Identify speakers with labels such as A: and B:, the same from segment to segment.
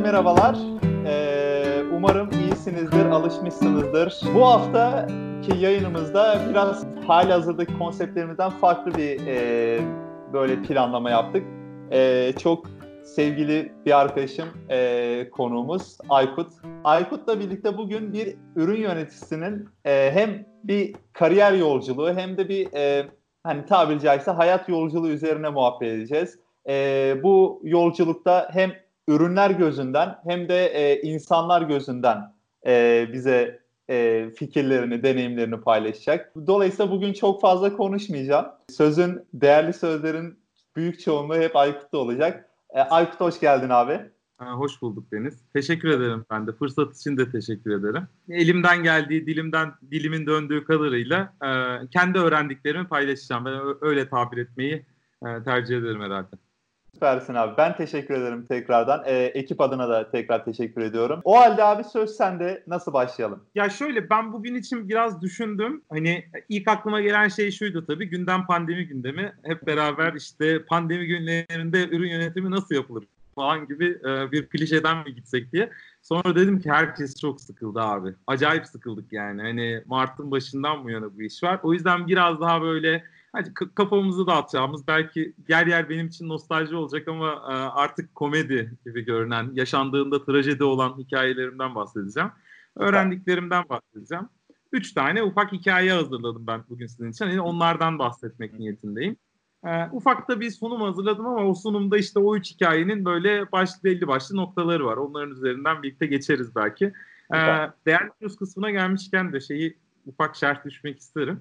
A: merhabalar. Umarım iyisinizdir, alışmışsınızdır. Bu haftaki yayınımızda biraz halihazırdaki konseptlerimizden farklı bir böyle planlama yaptık. Çok sevgili bir arkadaşım, konuğumuz Aykut. Aykut'la birlikte bugün bir ürün yöneticisinin hem bir kariyer yolculuğu hem de bir hani tabiri caizse hayat yolculuğu üzerine muhabbet edeceğiz. Bu yolculukta hem ürünler gözünden hem de insanlar gözünden bize fikirlerini, deneyimlerini paylaşacak. Dolayısıyla bugün çok fazla konuşmayacağım. Değerli sözlerin büyük çoğunluğu hep Aykut'ta olacak. Aykut hoş geldin abi.
B: Hoş bulduk Deniz. Teşekkür ederim ben de. Fırsat için de teşekkür ederim. Elimden geldiği, dilimin döndüğü kadarıyla kendi öğrendiklerimi paylaşacağım. Ben öyle tabir etmeyi tercih ederim herhalde.
A: Süpersin abi. Ben teşekkür ederim tekrardan. Ekip adına da tekrar teşekkür ediyorum. O halde abi söz sende. Nasıl başlayalım?
B: Ya şöyle, ben bugün için biraz düşündüm. Hani ilk aklıma gelen şey şuydu tabii. Gündem pandemi gündemi. Hep beraber işte pandemi günlerinde ürün yönetimi nasıl yapılır falan gibi bir klişeden mi gitsek diye. Sonra dedim ki herkes çok sıkıldı abi. Acayip sıkıldık yani. Hani Mart'ın başından bu yana bu iş var. O yüzden biraz daha böyle hadi kafamızı dağıtacağımız, belki yer yer benim için nostalji olacak ama artık komedi gibi görünen, yaşandığında trajedi olan hikayelerimden bahsedeceğim. Öğrendiklerimden bahsedeceğim. 3 tane ufak hikaye hazırladım ben bugün sizin için. Yani onlardan bahsetmek niyetindeyim. Ufak da bir sunum hazırladım ama o sunumda işte o 3 hikayenin böyle belli başlı noktaları var. Onların üzerinden birlikte geçeriz belki. Değerli yüz kısmına gelmişken de şeyi ufak şerh düşmek isterim.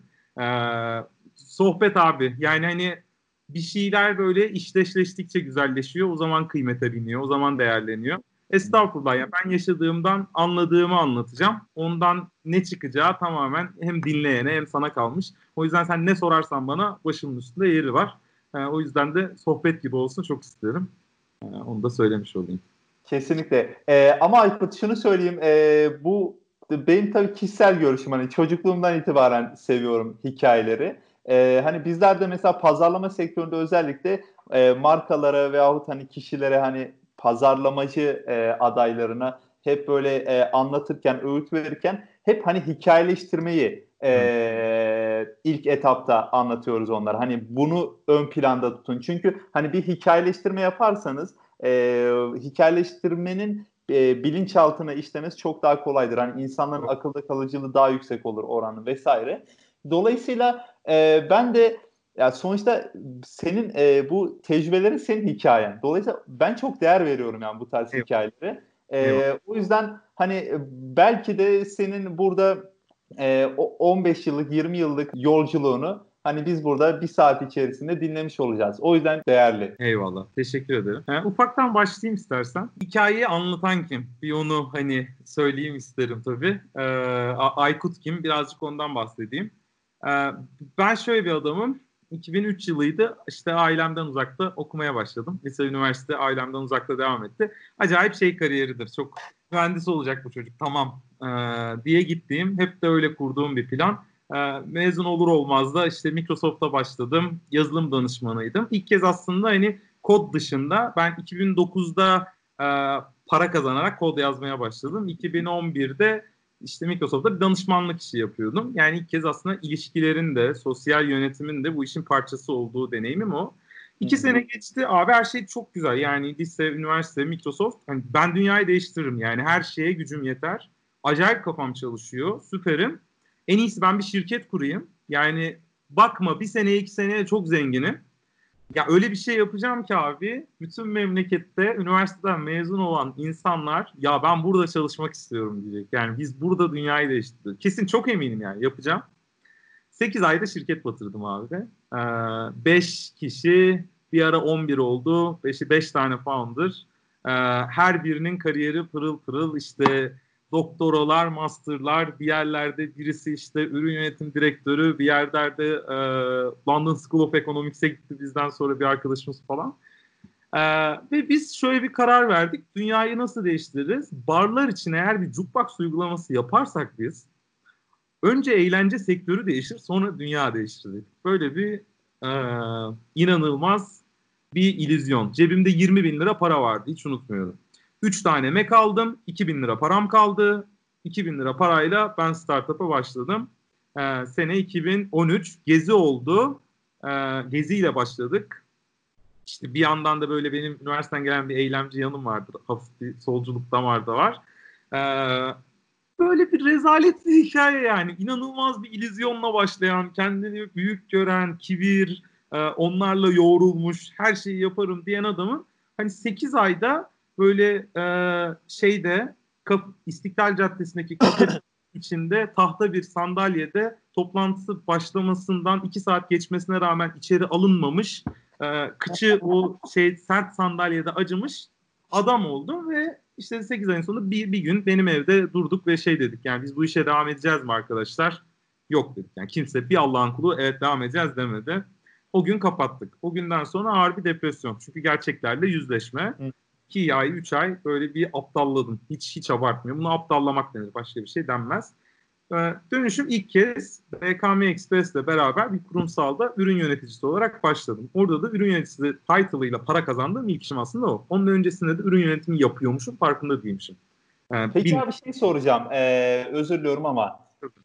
B: Sohbet abi. Yani hani bir şeyler böyle işleştikçe güzelleşiyor. O zaman kıymete biniyor. O zaman değerleniyor. Estağfurullah ya, ben yaşadığımdan anladığımı anlatacağım. Ondan ne çıkacağı tamamen hem dinleyene hem sana kalmış. O yüzden sen ne sorarsan bana başımın üstünde yeri var. O yüzden de sohbet gibi olsun çok isterim. Onu da söylemiş olayım.
A: Kesinlikle. Ama Aykut şunu söyleyeyim. Bu benim tabii kişisel görüşüm. Hani çocukluğumdan itibaren seviyorum hikayeleri. Hani bizler de mesela pazarlama sektöründe özellikle markalara veyahut hani kişilere hani pazarlamacı adaylarına hep böyle anlatırken, öğüt verirken hep hani hikayeleştirmeyi ilk etapta anlatıyoruz onlara. Hani bunu ön planda tutun. Çünkü hani bir hikayeleştirme yaparsanız hikayeleştirmenin bilinçaltına işlemesi çok daha kolaydır. Hani insanların akılda kalıcılığı daha yüksek olur oranı vesaire. Dolayısıyla ben de ya sonuçta senin bu tecrübelerin senin hikayen. Dolayısıyla ben çok değer veriyorum yani bu tarz hikayelere. O yüzden hani belki de senin burada 15 yıllık 20 yıllık yolculuğunu hani biz burada bir saat içerisinde dinlemiş olacağız. O yüzden değerli.
B: Eyvallah. Teşekkür ederim. Ufaktan başlayayım istersen. Hikayeyi anlatan kim? Bir onu hani söyleyeyim isterim tabii. Aykut kim? Birazcık ondan bahsedeyim. Ben şöyle bir adamım. 2003 yılıydı. İşte ailemden uzakta okumaya başladım. Lise, üniversite ailemden uzakta devam etti. Acayip şey kariyeridir. Çok mühendis olacak bu çocuk. Tamam diye gittiğim, hep de öyle kurduğum bir plan. Mezun olur olmaz da işte Microsoft'a başladım. Yazılım danışmanıydım. İlk kez aslında hani kod dışında ben 2009'da para kazanarak kod yazmaya başladım. 2011'de işte Microsoft'ta bir danışmanlık işi yapıyordum. Yani ilk kez aslında ilişkilerin de, sosyal yönetimin de bu işin parçası olduğu deneyimim o. 2 sene geçti abi, her şey çok güzel. Yani lise, üniversite, Microsoft. Yani ben dünyayı değiştiririm yani, her şeye gücüm yeter. Acayip kafam çalışıyor, süperim. En iyisi ben bir şirket kurayım. Yani bakma, 1 sene 2 seneye çok zenginim. Ya öyle bir şey yapacağım ki abi, bütün memlekette üniversiteden mezun olan insanlar ya ben burada çalışmak istiyorum diyecek. Yani biz burada dünyayı değiştirdik. Kesin, çok eminim yani yapacağım. 8 ayda şirket batırdım abi de. 5 kişi, bir ara 11 oldu. 5 tane founder. Her birinin kariyeri pırıl pırıl, işte doktoralar, masterlar, bir yerlerde birisi işte ürün yönetim direktörü, bir yerlerde London School of Economics'e gitti bizden sonra bir arkadaşımız falan. Ve biz şöyle bir karar verdik. Dünyayı nasıl değiştiririz? Barlar için eğer bir jukebox uygulaması yaparsak biz, önce eğlence sektörü değişir, sonra dünya değişir. Böyle bir inanılmaz bir illüzyon. Cebimde 20 bin lira para vardı, hiç unutmuyorum. 3 tane Mac aldım. 2.000 lira param kaldı. 2.000 lira parayla ben startup'a başladım. Sene 2013. Gezi oldu. Gezi ile başladık. İşte bir yandan da böyle benim üniversiteden gelen bir eylemci yanım vardır. Hafif bir solculuk damar da var. Böyle bir rezalet bir hikaye yani. İnanılmaz bir illüzyonla başlayan, kendini büyük gören, kibir, onlarla yoğrulmuş, her şeyi yaparım diyen adamın hani 8 ayda böyle İstiklal Caddesi'ndeki kafe içinde tahta bir sandalyede toplantısı başlamasından 2 saat geçmesine rağmen içeri alınmamış, kıçı o sert sandalyede acımış adam oldum ve işte 8 ayın sonunda bir gün benim evde durduk ve dedik yani biz bu işe devam edeceğiz mi arkadaşlar? Yok dedik. Yani kimse bir Allah'ın kulu evet devam edeceğiz demedi. O gün kapattık. O günden sonra ağır bir depresyon. Çünkü gerçeklerle yüzleşme. 2 ay, 3 ay böyle bir aptalladım. Hiç abartmıyorum. Bunu aptallamak denir. Başka bir şey denmez. Dönüşüm ilk kez BKM Express'le beraber bir kurumsalda ürün yöneticisi olarak başladım. Orada da ürün yöneticisi title'ıyla para kazandığım ilk işim aslında o. Onun öncesinde de ürün yönetimi yapıyormuşum, farkında değilmişim.
A: Peki abi şey soracağım. Özür diliyorum ama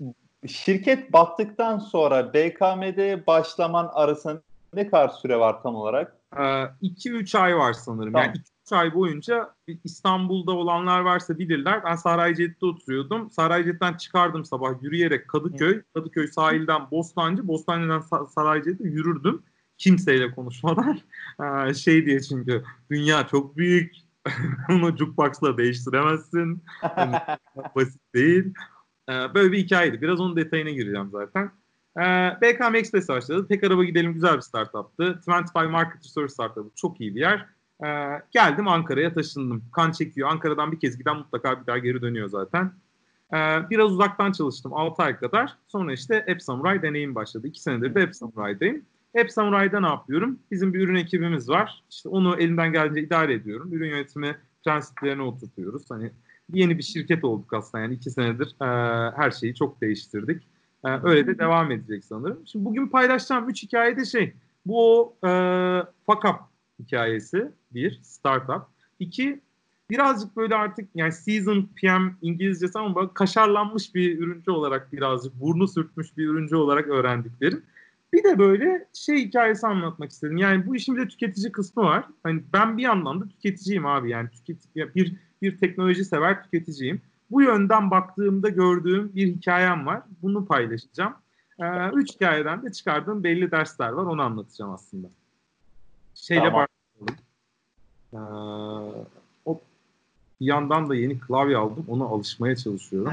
A: şirket battıktan sonra BKM'de başlaman arasında ne kadar süre var tam olarak?
B: 2-3 ay var sanırım. Tamam. Yani 2-3 ay boyunca İstanbul'da olanlar varsa bilirler. Ben Saraycet'te oturuyordum. Saraycet'ten çıkardım sabah yürüyerek Kadıköy. Kadıköy sahilden Bostancı. Bostancı'dan Saraycet'e yürürdüm. Kimseyle konuşmadan. Diye çünkü dünya çok büyük. Onu jukebox'la değiştiremezsin. Yani, basit değil. Böyle bir hikayeydi. Biraz onun detayına gireceğim zaten. BKM Express başladı. Tek araba gidelim güzel bir startup'tı. 25 Market Research startup'ı. Çok iyi bir yer. Geldim Ankara'ya taşındım. Kan çekiyor. Ankara'dan bir kez giden mutlaka bir daha geri dönüyor zaten. Biraz uzaktan çalıştım 6 ay kadar. Sonra işte App Samurai deneyim başladı. 2 senedir de App Samurai'dayım. App Samurai'da ne yapıyorum? Bizim bir ürün ekibimiz var. İşte onu elimden geldiğince idare ediyorum. Ürün yönetimi prensiplerine oturtuyoruz. Hani yeni bir şirket olduk aslında. Yani 2 senedir her şeyi çok değiştirdik. Öyle de devam edecek sanırım. Şimdi bugün paylaşacağım 3 hikaye de bu fuck up hikayesi. 1, startup. 2, birazcık böyle artık yani seasoned PM İngilizcesi ama kaşarlanmış bir ürüncü olarak birazcık burnu sürtmüş bir ürüncü olarak öğrendiklerim. Bir de böyle hikayesi anlatmak istedim. Yani bu işin bir de tüketici kısmı var. Hani ben bir yandan da tüketiciyim abi. Yani bir teknoloji sever tüketiciyim. Bu yönden baktığımda gördüğüm bir hikayem var. Bunu paylaşacağım. 3 hikayeden de çıkardığım belli dersler var. Onu anlatacağım aslında.
A: Tamam.
B: Bir yandan da yeni klavye aldım. Ona alışmaya çalışıyorum.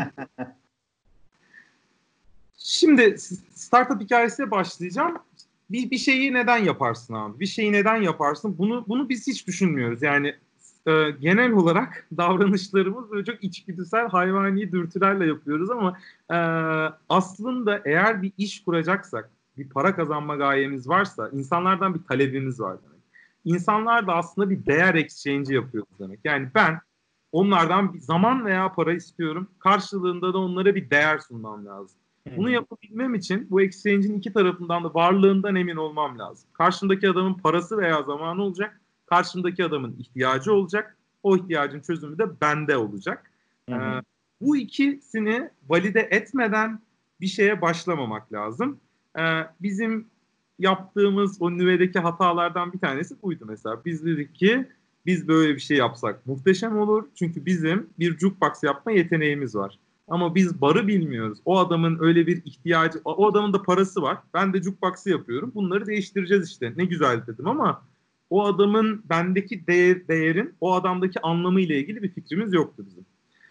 B: Şimdi startup hikayesiyle başlayacağım. Bir şeyi neden yaparsın abi? Bir şeyi neden yaparsın? Bunu biz hiç düşünmüyoruz. Yani genel olarak davranışlarımız böyle çok içgüdüsel, hayvani dürtülerle yapıyoruz ama aslında eğer bir iş kuracaksak, bir para kazanma gayemiz varsa insanlardan bir talebimiz var demek. İnsanlar da aslında bir değer exchange'i yapıyoruz demek. Yani ben onlardan bir zaman veya para istiyorum. Karşılığında da onlara bir değer sunmam lazım. Bunu yapabilmem için bu exchange'in iki tarafından da varlığından emin olmam lazım. Karşımdaki adamın parası veya zamanı olacak. Karşımdaki adamın ihtiyacı olacak. O ihtiyacın çözümü de bende olacak. Bu ikisini valide etmeden bir şeye başlamamak lazım. Bizim yaptığımız o nüvedeki hatalardan bir tanesi buydu mesela. Biz dedik ki biz böyle bir şey yapsak muhteşem olur. Çünkü bizim bir jukebox yapma yeteneğimiz var. Ama biz barı bilmiyoruz. O adamın öyle bir ihtiyacı, o adamın da parası var. Ben de jukebox'ı yapıyorum. Bunları değiştireceğiz işte. Ne güzel dedim ama o adamın bendeki değerin o adamdaki anlamı ile ilgili bir fikrimiz yoktu bizim.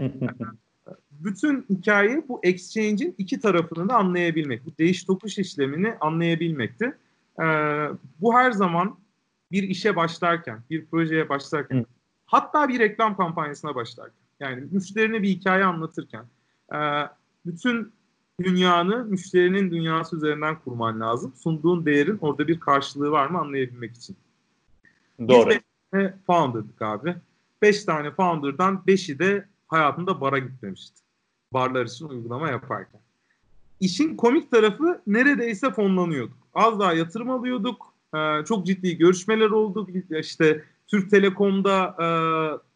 B: Bütün hikaye bu exchange'in iki tarafını da anlayabilmek. Bu değiş tokuş işlemini anlayabilmekti. Bu her zaman bir işe başlarken, bir projeye başlarken, hatta bir reklam kampanyasına başlarken, yani müşterine bir hikaye anlatırken, bütün dünyanı müşterinin dünyası üzerinden kurman lazım. Sunduğun değerin orada bir karşılığı var mı anlayabilmek için.
A: Doğru.
B: Biz 5 tane founder'dık abi. 5 tane founder'dan 5'i de hayatında bara gitmemişti. Barlar için uygulama yaparken. İşin komik tarafı neredeyse fonlanıyorduk. Az daha yatırım alıyorduk. Çok ciddi görüşmeler oldu. İşte Türk Telekom'da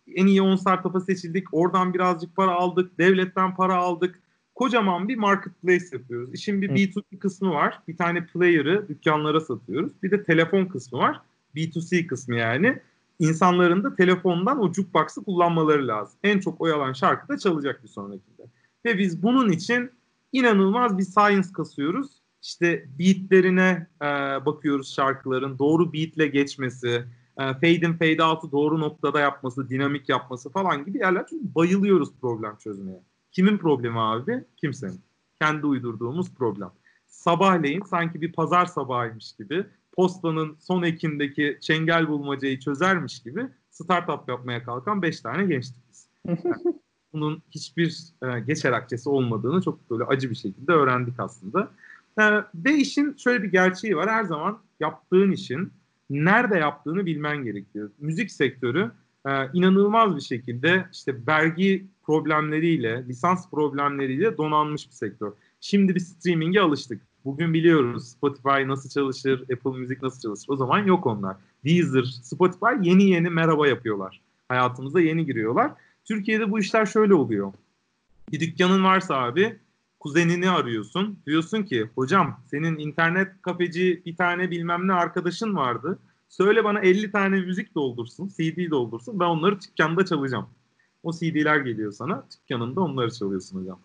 B: en iyi 10 startup'a seçildik. Oradan birazcık para aldık. Devletten para aldık. Kocaman bir marketplace yapıyoruz. İşin bir B2B kısmı var. Bir tane player'ı dükkanlara satıyoruz. Bir de telefon kısmı var. B2C kısmı yani. İnsanların da telefondan o jukebox'ı kullanmaları lazım. En çok oyalan şarkı da çalacak bir sonrakinde. Ve biz bunun için inanılmaz bir science kasıyoruz. İşte beatlerine bakıyoruz şarkıların. Doğru beatle geçmesi, fade in fade out'u doğru noktada yapması, dinamik yapması falan gibi yerler. Çünkü bayılıyoruz problem çözmeye. Kimin problemi abi? Kimsenin. Kendi uydurduğumuz problem. Sabahleyin sanki bir pazar sabahıymış gibi postanın son ekindeki çengel bulmacayı çözermiş gibi startup yapmaya kalkan 5 tane gençtik biz. Yani bunun hiçbir geçer akçesi olmadığını çok böyle acı bir şekilde öğrendik aslında. Ve işin şöyle bir gerçeği var. Her zaman yaptığın işin nerede yaptığını bilmen gerekiyor. Müzik sektörü inanılmaz bir şekilde işte vergi problemleriyle, lisans problemleriyle donanmış bir sektör. Şimdi bir streaming'e alıştık. Bugün biliyoruz Spotify nasıl çalışır, Apple Music nasıl çalışır. O zaman yok onlar. Deezer, Spotify yeni merhaba yapıyorlar. Hayatımıza yeni giriyorlar. Türkiye'de bu işler şöyle oluyor. Bir dükkanın varsa abi, kuzenini arıyorsun. Diyorsun ki hocam senin internet kafeci bir tane bilmem ne arkadaşın vardı. Söyle bana 50 tane müzik doldursun, CD doldursun. Ben onları dükkanda çalacağım. O CD'ler geliyor sana. Dükkanında onları çalıyorsun hocam.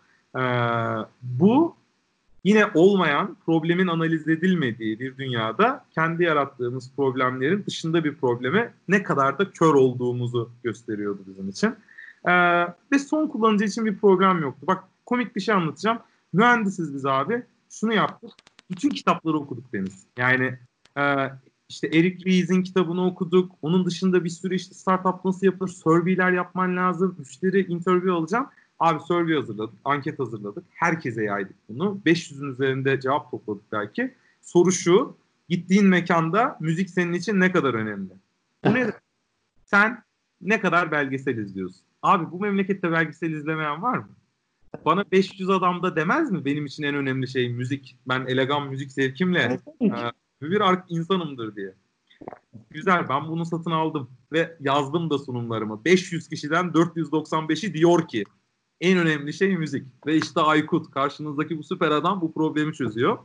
B: Bu yine olmayan, problemin analiz edilmediği bir dünyada kendi yarattığımız problemlerin dışında bir probleme ne kadar da kör olduğumuzu gösteriyordu bizim için. Ve son kullanıcı için bir problem yoktu. Bak komik bir şey anlatacağım. Mühendisiz biz abi. Şunu yaptık. Bütün kitapları okuduk Deniz. Yani işte Eric Ries'in kitabını okuduk. Onun dışında bir sürü işte startup nasıl yapılır, survey'ler yapman lazım. Müşteri interview alacağım. Abi survey hazırladık, anket hazırladık. Herkese yaydık bunu. 500'ün üzerinde cevap topladık belki. Soru şu, gittiğin mekanda müzik senin için ne kadar önemli? Bu ne? Sen ne kadar belgesel izliyorsun? Abi bu memlekette belgesel izlemeyen var mı? Bana 500 adam da demez mi benim için en önemli şey müzik? Ben elegan müzik zevkimle bir insanımdır diye. Güzel, ben bunu satın aldım ve yazdım da sunumlarıma. 500 kişiden 495'i diyor ki en önemli şey müzik. Ve işte Aykut, karşınızdaki bu süper adam bu problemi çözüyor.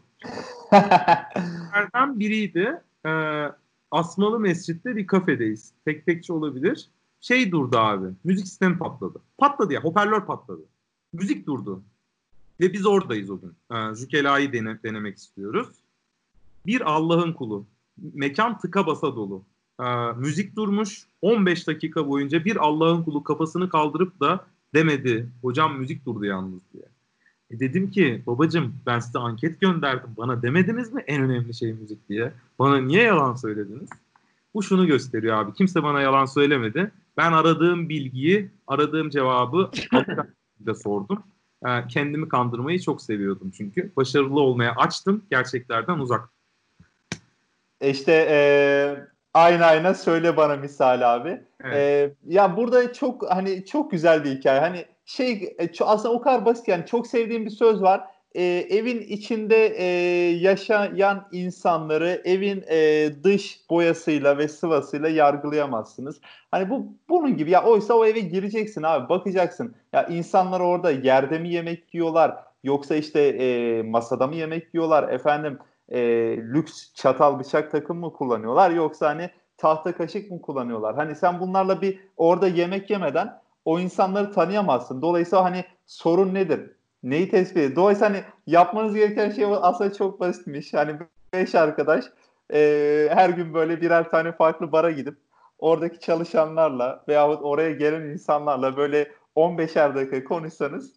B: Bunlardan biriydi. Asmalı Mescid'de bir kafedeyiz. Tek tekçi olabilir. Şey durdu abi. Müzik sistemi patladı. Patladı ya. Hoparlör patladı. Müzik durdu. Ve biz oradayız o gün. Jukela'yı denemek istiyoruz. Bir Allah'ın kulu. Mekan tıka basa dolu. Müzik durmuş. 15 dakika boyunca bir Allah'ın kulu kafasını kaldırıp da demedi. Hocam müzik durdu yalnız diye. Dedim ki babacım ben size anket gönderdim. Bana demediniz mi en önemli şey müzik diye? Bana niye yalan söylediniz? Bu şunu gösteriyor abi. Kimse bana yalan söylemedi. Ben aradığım bilgiyi, aradığım cevabı de sordum. Kendimi kandırmayı çok seviyordum çünkü. Başarılı olmaya açtım. Gerçeklerden uzak.
A: İşte ayna söyle bana misal abi.
B: Evet.
A: Ya burada çok hani çok güzel bir hikaye. Hani aslında o kadar basit yani çok sevdiğim bir söz var. Evin içinde yaşayan insanları evin dış boyasıyla ve sıvasıyla yargılayamazsınız. Hani bunun gibi ya oysa o eve gireceksin abi bakacaksın. Ya insanlar orada yerde mi yemek yiyorlar yoksa işte masada mı yemek yiyorlar efendim lüks çatal bıçak takım mı kullanıyorlar yoksa hani tahta kaşık mı kullanıyorlar? Hani sen bunlarla bir orada yemek yemeden o insanları tanıyamazsın. Dolayısıyla hani sorun nedir? Neyi tespit edin? Dolayısıyla hani yapmanız gereken şey aslında çok basitmiş. Hani 5 arkadaş her gün böyle birer tane farklı bara gidip oradaki çalışanlarla veyahut oraya gelen insanlarla böyle 15'er dakika konuşsanız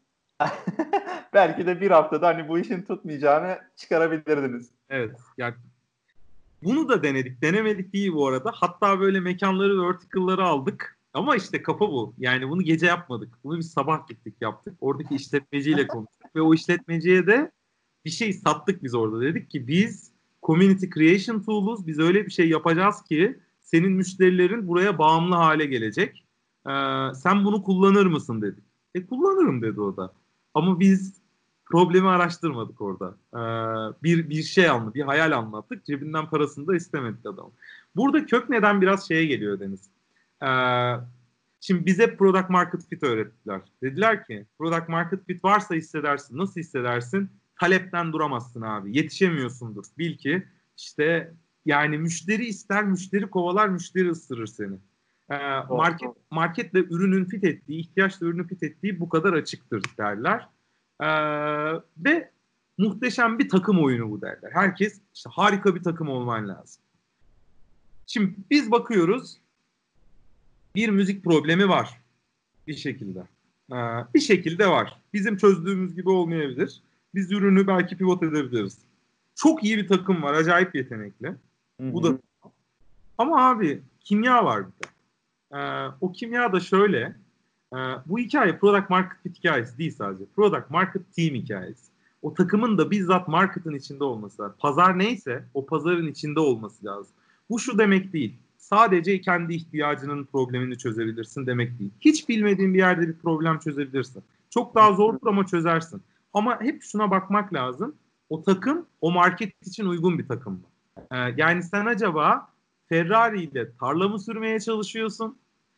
A: belki de bir haftada hani bu işin tutmayacağını çıkarabilirdiniz.
B: Evet. Yani bunu da denedik. Denemedik değil bu arada. Hatta böyle mekanları, vertical'ları aldık. Ama işte kafa bu. Yani bunu gece yapmadık. Bunu biz sabah gittik yaptık. Oradaki işletmeciyle konuştuk. Ve o işletmeciye de bir şey sattık biz orada. Dedik ki biz community creation tool'uz. Biz öyle bir şey yapacağız ki senin müşterilerin buraya bağımlı hale gelecek. Sen bunu kullanır mısın dedik. Kullanırım dedi o da. Ama biz problemi araştırmadık orada. Bir şey anlattık, bir hayal anlattık. Cebinden parasını da istemedik adam. Burada kök neden biraz şeye geliyor Deniz. Ee, Şimdi bize product market fit öğrettiler. Dediler ki product market fit varsa hissedersin. Nasıl hissedersin? Talepten duramazsın abi. Yetişemiyorsundur. Bil ki işte yani müşteri ister, müşteri kovalar, müşteri ısırır seni. Marketle ürünün fit ettiği, ihtiyaçla ürünün fit ettiği bu kadar açıktır derler. Ve muhteşem bir takım oyunu bu derler. Herkes işte harika bir takım olman lazım. Şimdi biz bakıyoruz, bir müzik problemi var bir şekilde. Bir şekilde var. Bizim çözdüğümüz gibi olmayabilir. Biz ürünü belki pivot edebiliriz. Çok iyi bir takım var, acayip yetenekli.
A: Hı-hı.
B: Bu da. Ama abi kimya var bir de. O kimya da şöyle. Bu hikaye product market fit hikayesi değil sadece. Product market team hikayesi. O takımın da bizzat marketin içinde olması lazım. Pazar neyse o pazarın içinde olması lazım. Bu şu demek değil. Sadece kendi ihtiyacının problemini çözebilirsin demek değil. Hiç bilmediğin bir yerde bir problem çözebilirsin. Çok daha zordur ama çözersin. Ama hep şuna bakmak lazım. O takım o market için uygun bir takım mı? Yani sen acaba Ferrari ile tarla mı sürmeye çalışıyorsun?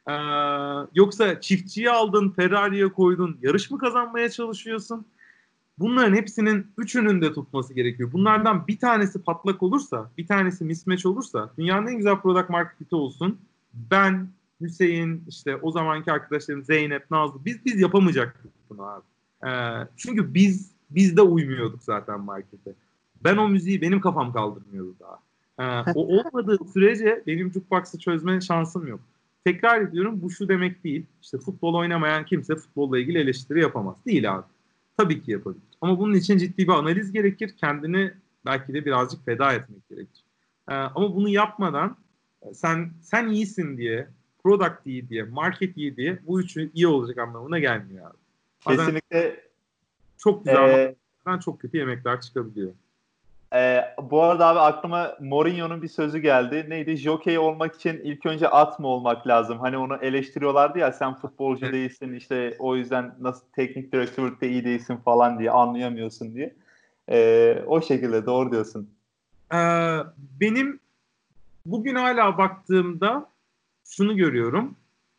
B: Yoksa çiftçiyi aldın, Ferrari'ye koydun, yarış mı kazanmaya çalışıyorsun? Bunların hepsinin üçünün de tutması gerekiyor. Bunlardan bir tanesi patlak olursa, bir tanesi mismatch olursa dünyanın en güzel product market fit'i olsun. Ben, Hüseyin, işte o zamanki arkadaşlarım Zeynep, Nazlı biz yapamayacaktık bunu abi. Çünkü biz de uymuyorduk zaten markete. Ben o müziği benim kafam kaldırmıyordu daha. O olmadığı sürece benim jukebox'ı çözme şansım yok. Tekrar ediyorum, bu şu demek değil. İşte futbol oynamayan kimse futbolla ilgili eleştiri yapamaz. Değil abi. Tabii ki yapabilir. Ama bunun için ciddi bir analiz gerekir. Kendini belki de birazcık feda etmek gerekir. Ama bunu yapmadan sen iyisin diye, product iyi diye, market iyi diye bu üçü iyi olacak anlamına gelmiyor abi.
A: Kesinlikle.
B: Çok güzel marketten çok kötü yemekler çıkabiliyor.
A: Bu arada abi aklıma Mourinho'nun bir sözü geldi. Neydi? Jockey olmak için ilk önce at mı olmak lazım? Hani onu eleştiriyorlardı ya, sen futbolcu değilsin işte, o yüzden nasıl teknik direktörlükte iyi değilsin falan diye, anlayamıyorsun diye. O şekilde doğru diyorsun.
B: Benim bugün hala baktığımda şunu görüyorum.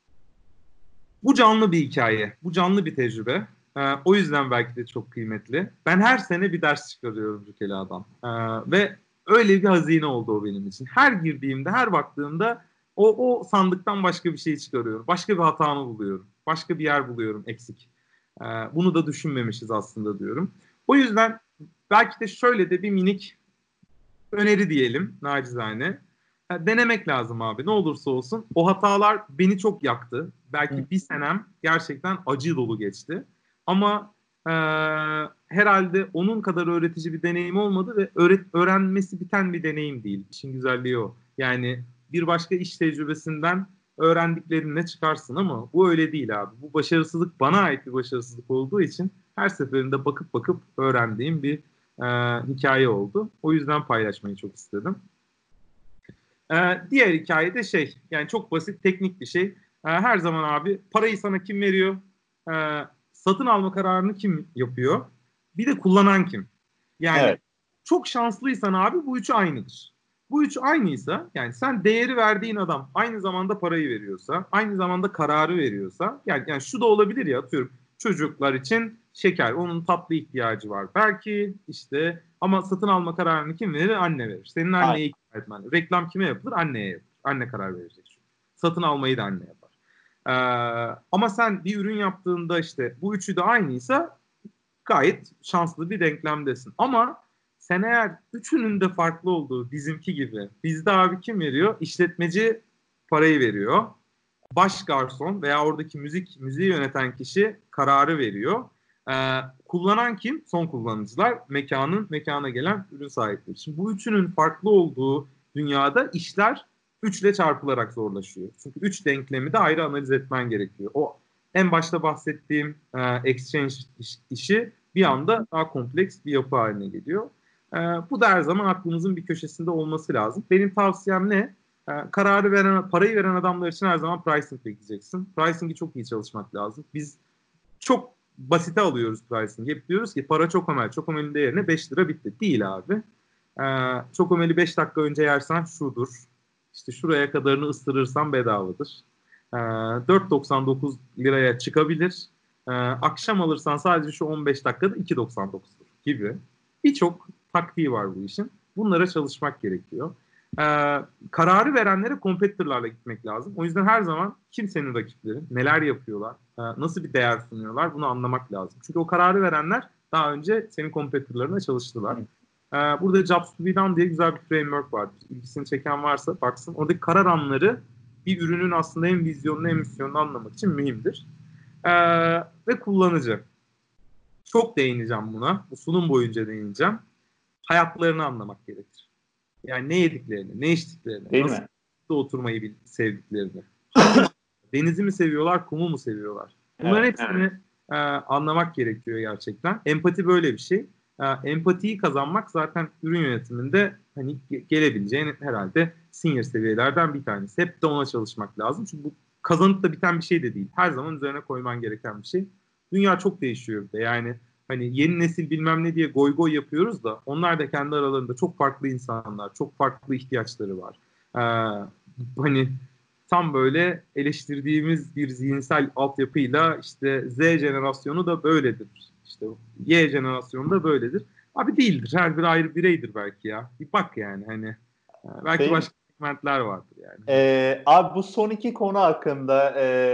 B: Bu canlı bir hikaye. Bu canlı bir tecrübe. O yüzden belki de çok kıymetli. Ben her sene bir ders çıkarıyorum Rükela'dan. Ve öyle bir hazine oldu o benim için. Her girdiğimde, her baktığımda o sandıktan başka bir şey çıkarıyorum. Başka bir hatamı buluyorum. Başka bir yer buluyorum eksik. Bunu da düşünmemişiz aslında diyorum. O yüzden belki de şöyle de bir minik öneri diyelim nacizane. Denemek lazım abi, ne olursa olsun. O hatalar beni çok yaktı. Belki bir senem gerçekten acı dolu geçti. Ama herhalde onun kadar öğretici bir deneyim olmadı ve öğrenmesi biten bir deneyim değil. İşin güzelliği o. Yani bir başka iş tecrübesinden öğrendiklerinle çıkarsın ama bu öyle değil abi. Bu başarısızlık bana ait bir başarısızlık olduğu için her seferinde bakıp bakıp öğrendiğim bir hikaye oldu. O yüzden paylaşmayı çok istedim. Diğer hikaye de yani çok basit, teknik bir şey. Her zaman abi parayı sana kim veriyor? Satın alma kararını kim yapıyor? Bir de kullanan kim? Yani çok şanslıysan abi bu üçü aynıdır. Bu üçü aynıysa, yani sen değeri verdiğin adam aynı zamanda parayı veriyorsa, aynı zamanda kararı veriyorsa, yani şu da olabilir ya, atıyorum çocuklar için şeker, onun tatlı ihtiyacı var. Belki işte ama satın alma kararını kim verir? Anne verir. Senin anneye ikna etmen. Reklam kime yapılır? Anneye yapılır. Anne karar verecek çünkü. Satın almayı da anne yapar. Ama sen bir ürün yaptığında işte bu üçü de aynıysa gayet şanslı bir denklemdesin. Ama sen eğer üçünün de farklı olduğu bizimki gibi, bizde abi kim veriyor? İşletmeci parayı veriyor. Baş garson veya oradaki müziği yöneten kişi kararı veriyor. Kullanan kim? Son kullanıcılar. Mekana gelen ürün sahipleri. Şimdi bu üçünün farklı olduğu dünyada işler 3 ile çarpılarak zorlaşıyor. Çünkü 3 denklemi de ayrı analiz etmen gerekiyor. O en başta bahsettiğim exchange işi bir anda daha kompleks bir yapı haline geliyor. Bu da her zaman aklımızın bir köşesinde olması lazım. Benim tavsiyem ne? Parayı veren adamlar için her zaman pricing bekleyeceksin. Pricing'i çok iyi çalışmak lazım. Biz çok basite alıyoruz pricing'i. Hep diyoruz ki para çok ömel. Çok ömelin değerine 5 lira bitti. Değil abi. Çok ömeli 5 dakika önce yersen şudur. İşte şuraya kadarını ısırırsan bedavadır. 4.99 liraya çıkabilir. Akşam alırsan sadece şu 15 dakikada 2.99'dur gibi. Birçok taktiği var bu işin. Bunlara çalışmak gerekiyor. Kararı verenlere competitor'larla gitmek lazım. O yüzden her zaman kim senin rakipleri, neler yapıyorlar, nasıl bir değer sunuyorlar bunu anlamak lazım. Çünkü o kararı verenler daha önce senin competitor'larına çalıştılar. Burada Jobs to be done diye güzel bir framework var. İlgisini çeken varsa baksın. Oradaki karar anları bir ürünün aslında hem vizyonunu hem misyonunu anlamak için mühimdir. Ve kullanıcı. Çok değineceğim buna. Bu sunum boyunca değineceğim. Hayatlarını anlamak gerekir. Yani ne yediklerini, ne içtiklerini,
A: Değil
B: nasıl
A: mi?
B: oturmayı sevdiklerini. Denizi mi seviyorlar, kumu mu seviyorlar? Bunların
A: Evet.
B: hepsini anlamak gerekiyor gerçekten. Empati böyle bir şey. Empatiyi kazanmak zaten ürün yönetiminde hani gelebileceğin herhalde senior seviyelerden bir tanesi. Hep de ona çalışmak lazım. Çünkü bu kazanıp da biten bir şey de değil. Her zaman üzerine koyman gereken bir şey. Dünya çok değişiyor bir de. Yani hani yeni nesil bilmem ne diye goy goy yapıyoruz da onlar da kendi aralarında çok farklı insanlar, çok farklı ihtiyaçları var. Hani tam böyle eleştirdiğimiz bir zihinsel altyapıyla işte Z jenerasyonu da böyledir. İşte Y jenerasyonu da böyledir. Abi değildir. Her bir ayrı bireydir belki ya. Bir bak yani hani belki
A: Değil mi?
B: başka segmentler vardır yani.
A: Abi bu son iki konu hakkında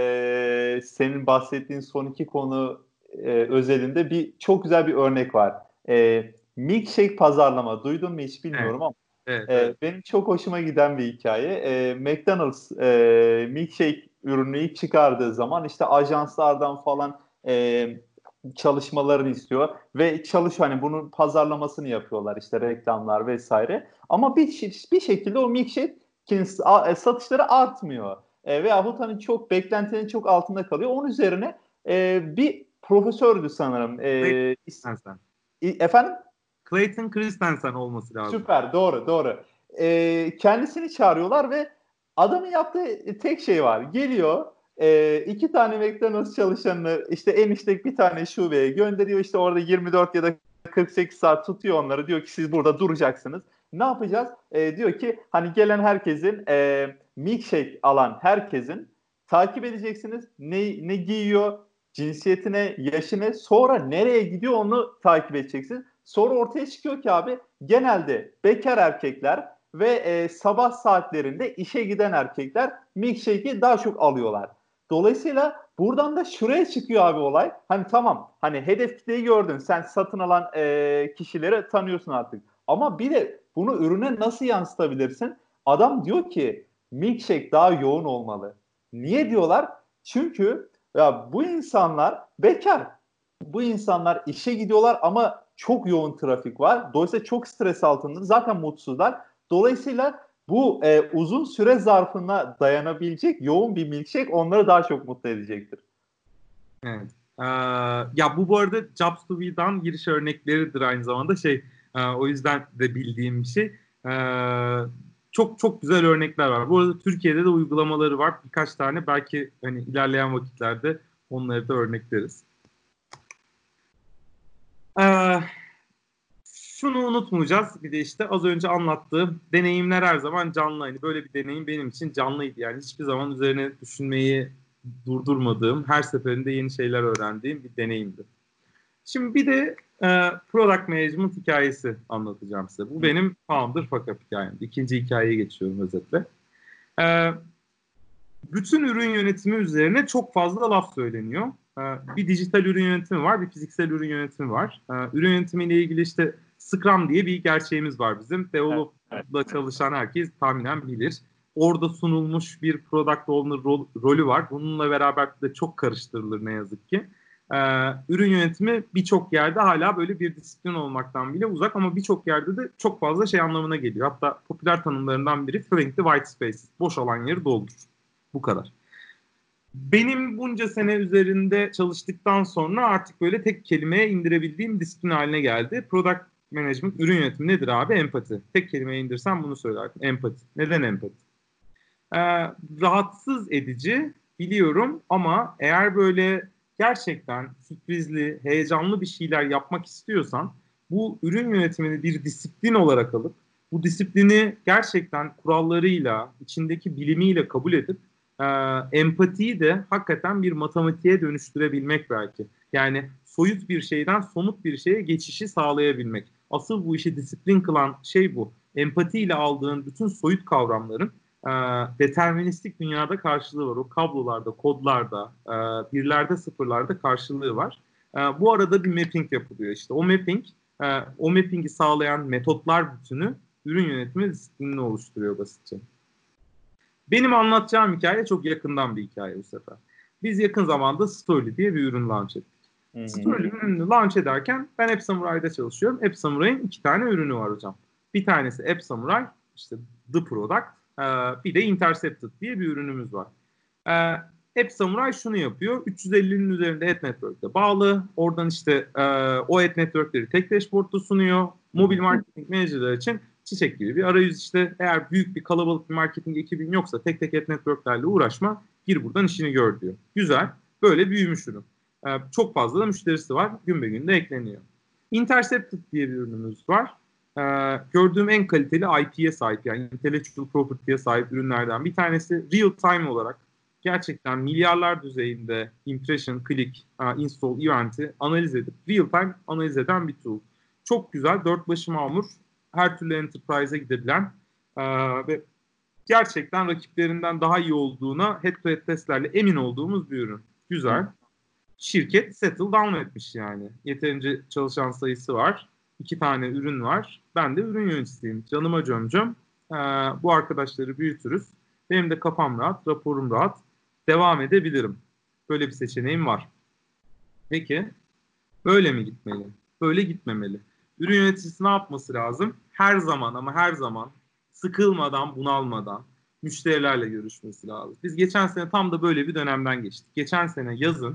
A: senin bahsettiğin son iki konu özelinde çok güzel bir örnek var. Milkshake pazarlama. Duydun mu hiç
B: Evet,
A: bilmiyorum ama
B: evet, evet.
A: benim çok hoşuma giden bir hikaye. McDonald's milkshake ürünü ilk çıkardığı zaman işte ajanslardan falan çalışmalarını istiyor ve hani bunun pazarlamasını yapıyorlar işte reklamlar vesaire. Ama bir şekilde o milkshake satışları artmıyor. Veyahut hani çok beklentinin çok altında kalıyor. Onun üzerine bir profesördü sanırım.
B: Clayton Christensen.
A: Efendim?
B: Clayton Christensen olması lazım.
A: Süper, doğru, doğru. Kendisini çağırıyorlar ve adamın yaptığı tek şey var. Geliyor, iki tane McDonald's çalışanını işte en işteki bir tane şubeye gönderiyor. İşte orada 24 ya da 48 saat tutuyor onları. Diyor ki siz burada duracaksınız. Ne yapacağız? Diyor ki hani gelen herkesin milkshake alan herkesin takip edeceksiniz. Ne giyiyor, cinsiyetine, yaşını, sonra nereye gidiyor onu takip edeceksiniz. Sonra ortaya çıkıyor ki abi genelde bekar erkekler ve sabah saatlerinde işe giden erkekler milkshake'i daha çok alıyorlar. Dolayısıyla buradan da şuraya çıkıyor abi olay. Hani tamam hani hedef kitleyi gördün. Sen satın alan kişileri tanıyorsun artık. Ama bir de bunu ürüne nasıl yansıtabilirsin? Adam diyor ki milkshake daha yoğun olmalı. Niye diyorlar? Çünkü ya bu insanlar bekar. Bu insanlar işe gidiyorlar ama çok yoğun trafik var. Dolayısıyla çok stres altında. Zaten mutsuzlar. Dolayısıyla bu uzun süre zarfına dayanabilecek yoğun bir milkshake onları daha çok mutlu edecektir.
B: Evet. Ya bu arada Jobs to be done giriş örnekleridir aynı zamanda o yüzden de bildiğim bir şey. Çok çok güzel örnekler var. Bu arada Türkiye'de de uygulamaları var. Birkaç tane belki hani ilerleyen vakitlerde onları da örnekleriz. Ee, Şunu unutmayacağız. Bir de işte az önce anlattığım deneyimler her zaman canlı. Hani böyle bir deneyim benim için canlıydı. Yani hiçbir zaman üzerine düşünmeyi durdurmadığım, her seferinde yeni şeyler öğrendiğim bir deneyimdi. Şimdi bir de product management hikayesi anlatacağım size. Bu benim founder fuck up hikayem. İkinci hikayeye geçiyorum özetle. E, Bütün ürün yönetimi üzerine çok fazla laf söyleniyor. Bir dijital ürün yönetimi var, bir fiziksel ürün yönetimi var. Ürün yönetimiyle ilgili işte Scrum diye bir gerçeğimiz var bizim. Develop'la çalışan herkes tahminen bilir. Orada sunulmuş bir product owner rolü var. Bununla beraber de çok karıştırılır ne yazık ki. Ürün yönetimi birçok yerde hala böyle bir disiplin olmaktan bile uzak ama birçok yerde de çok fazla şey anlamına geliyor. Hatta popüler tanımlarından biri filling the white spaces. Boş olan yeri doldur. Bu kadar. Benim bunca sene üzerinde çalıştıktan sonra artık böyle tek kelimeye indirebildiğim disiplin haline geldi. Product management, ürün yönetimi nedir abi? Empati. Tek kelimeye indirsem bunu söylerdim. Empati. Neden empati? Ee, Rahatsız edici biliyorum ama eğer böyle gerçekten sürprizli, heyecanlı bir şeyler yapmak istiyorsan bu ürün yönetimini bir disiplin olarak alıp bu disiplini gerçekten kurallarıyla, içindeki bilimiyle kabul edip empatiyi de hakikaten bir matematiğe dönüştürebilmek belki. Yani soyut bir şeyden somut bir şeye geçişi sağlayabilmek. Asıl bu işi disiplin kılan şey bu. Empatiyle aldığın bütün soyut kavramların deterministik dünyada karşılığı var. O kablolarda, kodlarda, birlerde, sıfırlarda karşılığı var. Bu arada bir mapping yapılıyor. İşte o mapping'i sağlayan metotlar bütünü ürün yönetimi disiplinini oluşturuyor basitçe. Benim anlatacağım hikaye çok yakından bir hikaye bu sefer. Biz yakın zamanda Story diye bir ürün launch ettik. Story ürününü launch ederken ben App Samurai'da çalışıyorum. App Samurai'nin 2 tane ürünü var hocam. Bir tanesi App Samurai, işte The Product, bir de Intercepted diye bir ürünümüz var. App Samurai şunu yapıyor. 350'nin üzerinde ad network'te bağlı. Oradan işte o ad network'leri tek dashboard'da sunuyor. Mobil marketing manager'lar için çiçek gibi bir arayüz işte. Eğer büyük bir kalabalık bir marketing ekibin yoksa tek tek ad network'lerle uğraşma. Gir buradan işini gör diyor. Güzel. Böyle büyümüş ürün. Çok fazla da müşterisi var. Gün be gün de ekleniyor. Intercepted diye bir ürünümüz var. Gördüğüm en kaliteli IP'ye sahip, yani intellectual property'ye sahip ürünlerden bir tanesi. Real time olarak gerçekten milyarlar düzeyinde impression, click, install, event'i analiz edip real time analiz eden bir tool. Çok güzel, dört başı mamur, her türlü enterprise'e gidebilen ve gerçekten rakiplerinden daha iyi olduğuna head-to-head testlerle emin olduğumuz bir ürün. Güzel. Şirket settle down etmiş yani. Yeterince çalışan sayısı var. 2 tane ürün var. Ben de ürün yöneticisiyim. Canıma cömcöm. Bu arkadaşları büyütürüz. Benim de kafam rahat, raporum rahat. Devam edebilirim. Böyle bir seçeneğim var. Peki, böyle mi gitmeli? Böyle gitmemeli. Ürün yöneticisi ne yapması lazım? Her zaman ama her zaman sıkılmadan, bunalmadan müşterilerle görüşmesi lazım. Biz geçen sene tam da böyle bir dönemden geçtik. Geçen sene yazın.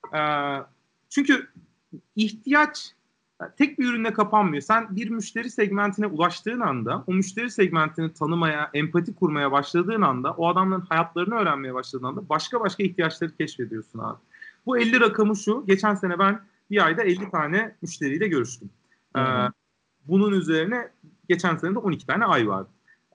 B: Çünkü ihtiyaç tek bir ürünle kapanmıyor. Sen bir müşteri segmentine ulaştığın anda, o müşteri segmentini tanımaya, empati kurmaya başladığın anda, o adamların hayatlarını öğrenmeye başladığın anda başka ihtiyaçları keşfediyorsun abi. Bu 50 rakamı şu. Geçen sene ben bir ayda 50 tane müşteriyle görüştüm. Bunun üzerine geçen sene de 12 tane ay vardı.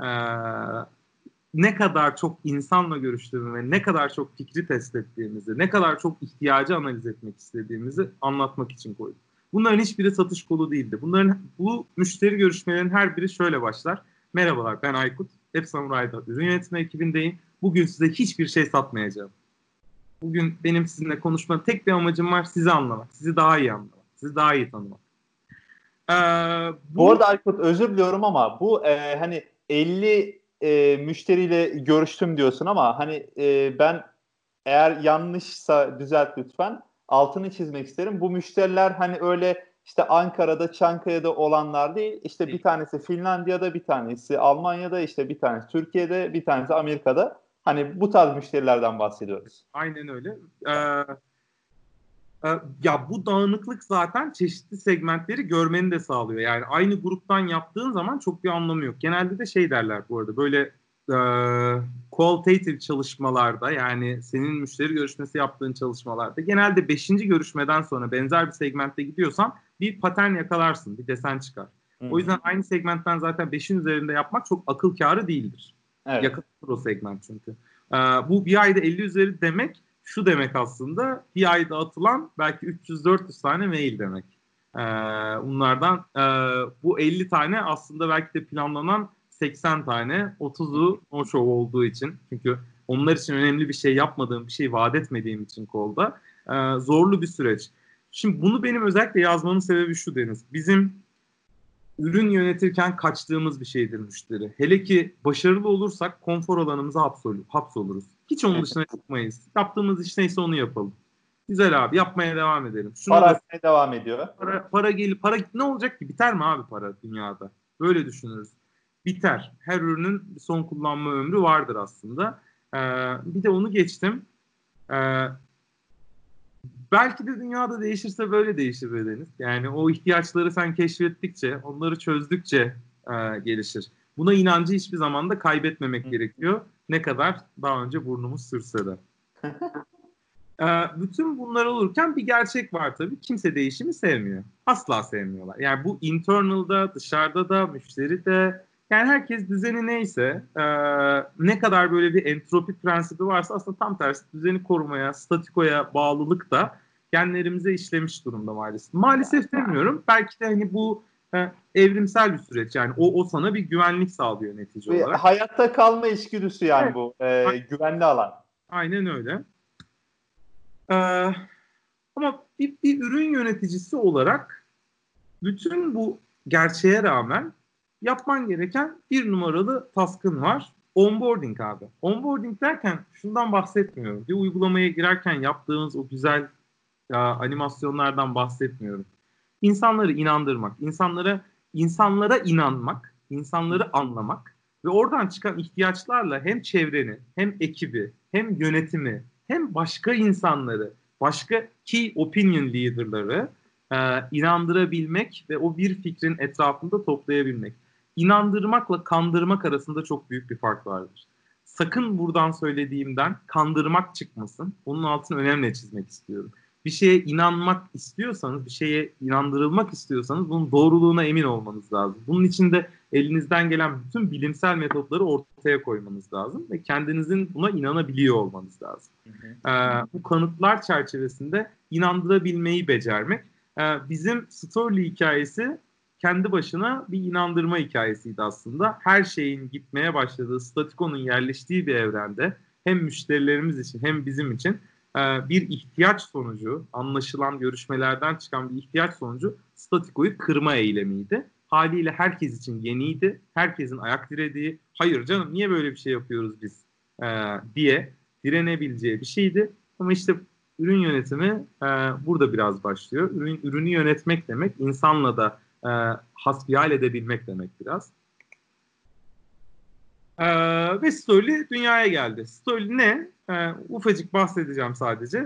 B: Ne kadar çok insanla görüştüğümü ve ne kadar çok fikri test ettiğimizi, ne kadar çok ihtiyacı analiz etmek istediğimizi anlatmak için koydum. Bunların hiçbiri satış kolu değildi. Bu müşteri görüşmelerinin her biri şöyle başlar. Merhabalar, ben Aykut. App Samurai'da ürün yönetimi ekibindeyim. Bugün size hiçbir şey satmayacağım. Bugün benim sizinle konuşmanın tek bir amacım var. Sizi anlamak, sizi daha iyi anlamak, sizi daha iyi tanımak.
A: Bu arada Aykut, özür diliyorum ama bu hani 50 müşteriyle görüştüm diyorsun ama hani ben eğer yanlışsa düzelt lütfen. Altını çizmek isterim. Bu müşteriler hani öyle işte Ankara'da, Çankaya'da olanlar değil. İşte bir tanesi Finlandiya'da, bir tanesi Almanya'da, işte bir tanesi Türkiye'de, bir tanesi Amerika'da. Hani bu tarz müşterilerden bahsediyoruz.
B: Aynen öyle. Ya bu dağınıklık zaten çeşitli segmentleri görmeni de sağlıyor. Yani aynı gruptan yaptığın zaman çok bir anlamı yok. Genelde de şey derler bu arada, böyle qualitative çalışmalarda, yani senin müşteri görüşmesi yaptığın çalışmalarda genelde 5. görüşmeden sonra benzer bir segmentte gidiyorsan bir patern yakalarsın, bir desen çıkar. O yüzden aynı segmentten zaten 5'in üzerinde yapmak çok akıl kârı değildir.
A: Evet.
B: Yakındır o segment çünkü. Bu bir ayda 50 üzeri demek şu demek aslında, bir ayda atılan belki 300-400 tane mail demek. Bunlardan bu 50 tane aslında belki de planlanan 80 tane, 30'u no show olduğu için, çünkü onlar için önemli bir şey yapmadığım, bir şey vaat etmediğim için kolda zorlu bir süreç. Şimdi bunu benim özellikle yazmanın sebebi şu Deniz. Bizim ürün yönetirken kaçtığımız bir şeydir müşteri. Hele ki başarılı olursak konfor alanımıza hapsoluruz. Hiç onun dışına çıkmayız. Yaptığımız iş neyse onu yapalım. Güzel abi, yapmaya devam edelim.
A: Para devam ediyor.
B: Para ne olacak ki? Biter mi abi para dünyada? Böyle düşünürüz. Biter. Her ürünün son kullanma ömrü vardır aslında. Bir de onu geçtim. Belki de dünyada değişirse böyle değişir Deniz. Yani o ihtiyaçları sen keşfettikçe, onları çözdükçe gelişir. Buna inancı hiçbir zaman da kaybetmemek gerekiyor. Ne kadar daha önce burnumuz sürse de. Bütün bunlar olurken bir gerçek var tabii. Kimse değişimi sevmiyor. Asla sevmiyorlar. Yani bu internal'da, dışarıda da, müşteri de. Yani herkes düzeni neyse, ne kadar böyle bir entropi prensibi varsa aslında tam tersi düzeni korumaya, statikoya bağlılık da genlerimize işlemiş durumda maalesef. Maalesef demiyorum. Belki de hani bu evrimsel bir süreç. Yani o sana bir güvenlik sağlıyor netice
A: Bir
B: olarak.
A: hayatta kalma içgüdüsü yani
B: Evet.
A: bu. Güvenli alan.
B: Aynen öyle. E, Ama bir ürün yöneticisi olarak bütün bu gerçeğe rağmen yapman gereken bir numaralı task'ın var. Onboarding abi. Onboarding derken şundan bahsetmiyorum. Bir uygulamaya girerken yaptığınız o güzel animasyonlardan bahsetmiyorum. İnsanları inandırmak, insanlara inanmak, insanları anlamak ve oradan çıkan ihtiyaçlarla hem çevreni, hem ekibi, hem yönetimi, hem başka insanları, başka key opinion leader'ları inandırabilmek ve o bir fikrin etrafında toplayabilmek. İnandırmakla kandırmak arasında çok büyük bir fark vardır. Sakın buradan söylediğimden kandırmak çıkmasın. Onun altını önemli çizmek istiyorum. Bir şeye inanmak istiyorsanız, bir şeye inandırılmak istiyorsanız bunun doğruluğuna emin olmanız lazım. Bunun için de elinizden gelen bütün bilimsel metotları ortaya koymanız lazım ve kendinizin buna inanabiliyor olmanız lazım. Bu kanıtlar çerçevesinde inandırabilmeyi becermek. Bizim Story hikayesi kendi başına bir inandırma hikayesiydi aslında. Her şeyin gitmeye başladığı, statiko'nun yerleştiği bir evrende hem müşterilerimiz için hem bizim için bir ihtiyaç sonucu, anlaşılan görüşmelerden çıkan bir ihtiyaç sonucu statikoyu kırma eylemiydi. Haliyle herkes için yeniydi. Herkesin ayak dirediği, hayır canım niye böyle bir şey yapıyoruz biz diye direnebileceği bir şeydi. Ama işte ürün yönetimi burada biraz başlıyor. Ürünü yönetmek demek, insanla da hasbihal edebilmek demek biraz. Ve Story dünyaya geldi. Story ne? Ufacık bahsedeceğim sadece.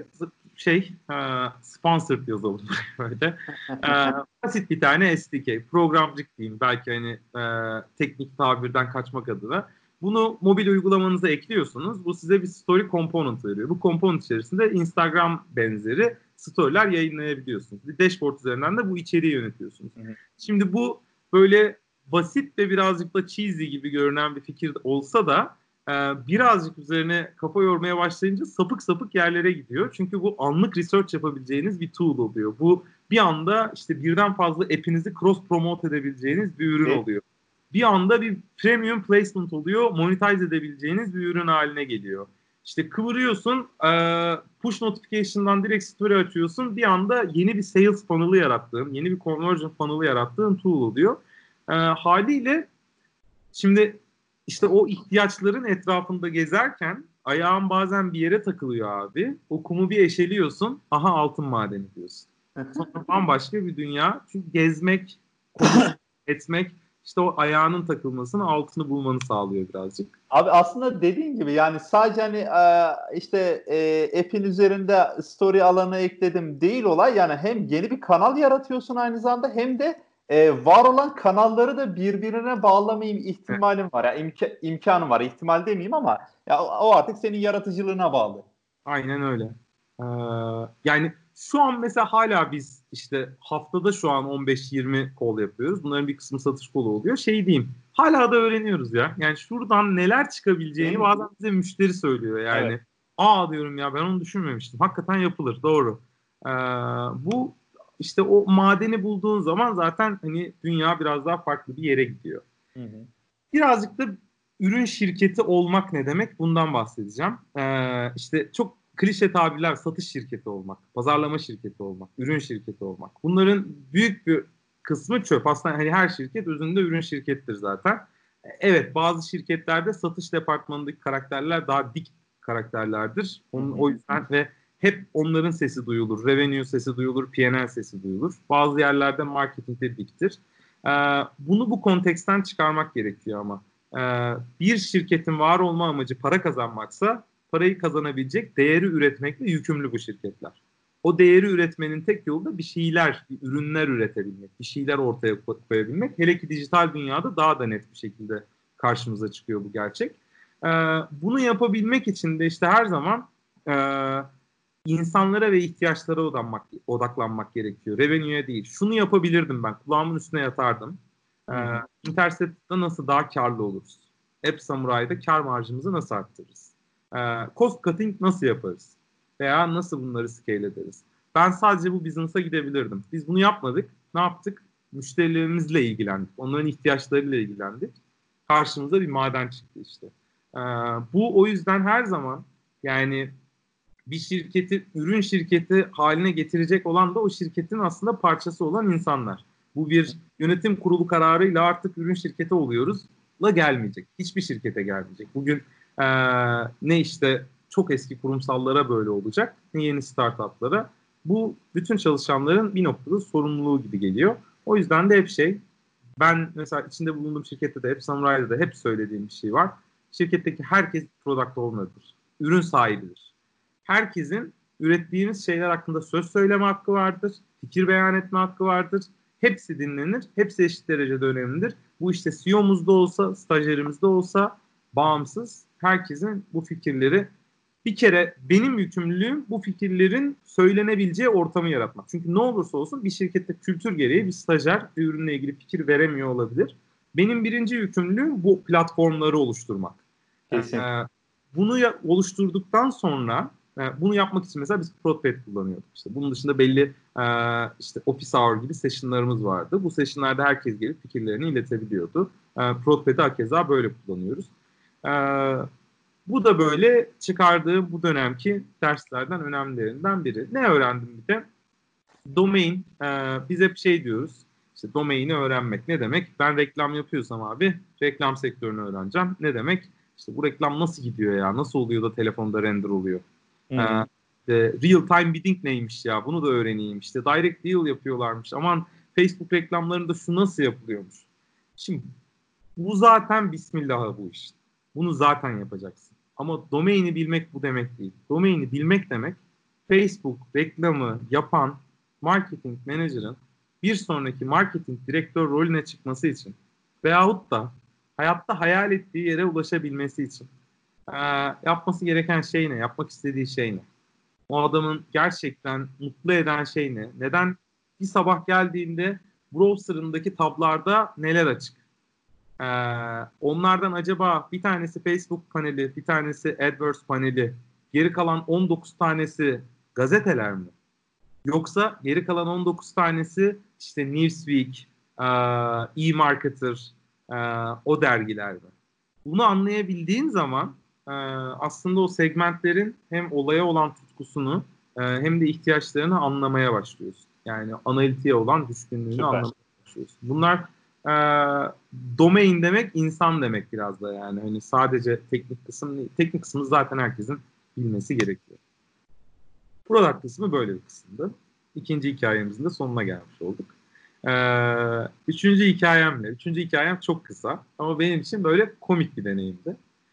B: Sponsored yazalım böyle. Basit bir tane SDK, programcık diyeyim. Belki hani teknik tabirden kaçmak adına. Bunu mobil uygulamanıza ekliyorsunuz. Bu size bir story component veriyor. Bu component içerisinde Instagram benzeri storyler yayınlayabiliyorsunuz. Bir dashboard üzerinden de bu içeriği yönetiyorsunuz. Şimdi bu böyle basit ve birazcık da cheesy gibi görünen bir fikir olsa da birazcık üzerine kafa yormaya başlayınca sapık sapık yerlere gidiyor. Çünkü bu anlık research yapabileceğiniz bir tool oluyor. Bu bir anda işte birden fazla app'inizi cross promote edebileceğiniz bir ürün oluyor. Bir anda bir premium placement oluyor, monetize edebileceğiniz bir ürün haline geliyor. İşte kıvırıyorsun, push notification'dan direkt story açıyorsun, bir anda yeni bir sales funnel'ı yarattığın, yeni bir conversion funnel'ı yarattığın tool oluyor. Haliyle şimdi işte o ihtiyaçların etrafında gezerken ayağın bazen bir yere takılıyor abi. O kumu bir eşeliyorsun. Aha altın madeni diyorsun. Sonra bambaşka bir dünya. Çünkü gezmek, etmek işte o ayağının takılmasını, altını bulmanı sağlıyor birazcık.
A: Abi aslında dediğin gibi yani sadece hani işte app'in üzerinde story alanı ekledim değil olay. Yani hem yeni bir kanal yaratıyorsun aynı zamanda hem de var olan kanalları da birbirine bağlamayayım ihtimalim var. Yani imkanım var. İhtimal demeyeyim ama ya o artık senin yaratıcılığına bağlı.
B: Aynen öyle. Yani şu an mesela hala biz işte haftada şu an 15-20 call yapıyoruz. Bunların bir kısmı satış kolu oluyor. Şey diyeyim, hala da öğreniyoruz ya. Yani şuradan neler çıkabileceğini bazen bize müşteri söylüyor yani. Evet. Aa diyorum ya ben onu düşünmemiştim. Hakikaten yapılır, doğru. Bu işte o madeni bulduğun zaman zaten hani dünya biraz daha farklı bir yere gidiyor. Birazcık da ürün şirketi olmak ne demek? Bundan bahsedeceğim. İşte çok klişe tabirler, satış şirketi olmak, pazarlama şirketi olmak, ürün şirketi olmak. Bunların büyük bir kısmı çöp. Aslında hani her şirket özünde ürün şirkettir zaten. Evet, bazı şirketlerde satış departmanındaki karakterler daha dik karakterlerdir. O yüzden ve hep onların sesi duyulur. Revenue sesi duyulur, P&L sesi duyulur. Bazı yerlerde marketingde diktir. Bunu bu konteksten çıkarmak gerekiyor ama. Bir şirketin var olma amacı para kazanmaksa parayı kazanabilecek değeri üretmekle yükümlü bu şirketler. O değeri üretmenin tek yolu da bir şeyler, bir ürünler üretebilmek, bir şeyler ortaya koyabilmek. Hele ki dijital dünyada daha da net bir şekilde karşımıza çıkıyor bu gerçek. Bunu yapabilmek için de işte her zaman insanlara ve ihtiyaçlara odaklanmak gerekiyor. Revenue'ye değil. Şunu yapabilirdim ben. Kulağımın üstüne yatardım. Intercepted'da nasıl daha karlı oluruz? App Samurai'da kar marjımızı nasıl arttırırız? Cost cutting nasıl yaparız? Veya nasıl bunları scale ederiz? Ben sadece bu business'a gidebilirdim. Biz bunu yapmadık. Ne yaptık? Müşterilerimizle ilgilendik. Onların ihtiyaçlarıyla ilgilendik. Karşımıza bir maden çıktı işte. Bu o yüzden her zaman yani bir şirketi ürün şirketi haline getirecek olan da o şirketin aslında parçası olan insanlar. Bu bir yönetim kurulu kararıyla artık ürün şirketi oluyoruzla gelmeyecek. Hiçbir şirkete gelmeyecek. Bugün ne işte çok eski kurumsallara böyle olacak, ne yeni startuplara. Bu bütün çalışanların bir noktada sorumluluğu gibi geliyor. O yüzden de hep ben mesela içinde bulunduğum şirkette de hep Samurai'de de hep söylediğim bir şey var. Şirketteki herkes product owner'dır. Ürün sahibidir. Herkesin ürettiğimiz şeyler hakkında söz söyleme hakkı vardır. Fikir beyan etme hakkı vardır. Hepsi dinlenir. Hepsi eşit derecede önemlidir. Bu işte CEO'muzda olsa, stajyerimizde olsa bağımsız. Herkesin bu fikirleri bir kere benim yükümlülüğüm bu fikirlerin söylenebileceği ortamı yaratmak. Çünkü ne olursa olsun bir şirkette kültür gereği bir stajyer bir ürünle ilgili fikir veremiyor olabilir. Benim birinci yükümlülüğüm bu platformları oluşturmak.
A: Kesin.
B: Bunu oluşturduktan sonra bunu yapmak için mesela biz Protpad kullanıyorduk. İşte bunun dışında belli işte Office Hour gibi session'larımız vardı. Bu session'larda herkes gelip fikirlerini iletebiliyordu. Protpad'i hakeza böyle kullanıyoruz. Bu da böyle çıkardığım bu dönemki derslerden önemlilerinden biri. Ne öğrendim bir de? Domain. Biz hep diyoruz. İşte domaini öğrenmek ne demek? Ben reklam yapıyorsam abi reklam sektörünü öğreneceğim. Ne demek? İşte bu reklam nasıl gidiyor ya? Nasıl oluyor da telefonda render oluyor? Real time bidding neymiş ya? Bunu da öğreneyim. İşte direct deal yapıyorlarmış. Aman Facebook reklamlarında şu nasıl yapılıyormuş? Şimdi bu zaten bismillah bu iş. Bunu zaten yapacaksın. Ama domaini bilmek bu demek değil. Domaini bilmek demek Facebook reklamı yapan marketing manager'ın bir sonraki marketing direktör rolüne çıkması için veyahut da hayatta hayal ettiği yere ulaşabilmesi için yapması gereken şey ne? Yapmak istediği şey ne? O adamın gerçekten mutlu eden şey ne? Neden bir sabah geldiğinde browser'ındaki tablarda neler açık? Onlardan acaba bir tanesi Facebook paneli, bir tanesi AdWords paneli, geri kalan 19 tanesi gazeteler mi? Yoksa geri kalan 19 tanesi işte Newsweek, eMarketer, o dergiler mi? Bunu anlayabildiğin zaman aslında o segmentlerin hem olaya olan tutkusunu hem de ihtiyaçlarını anlamaya başlıyorsun. Yani analitiğe olan düşkünlüğünü
A: Süper.
B: anlamaya başlıyorsun. Bunlar domain demek insan demek biraz da yani. Hani sadece teknik kısmı zaten herkesin bilmesi gerekiyor. Product kısmı böyle bir kısımdı. İkinci hikayemizin de sonuna gelmiş olduk. Üçüncü hikayem ne? Üçüncü hikayem çok kısa ama benim için böyle komik bir deneyimdi.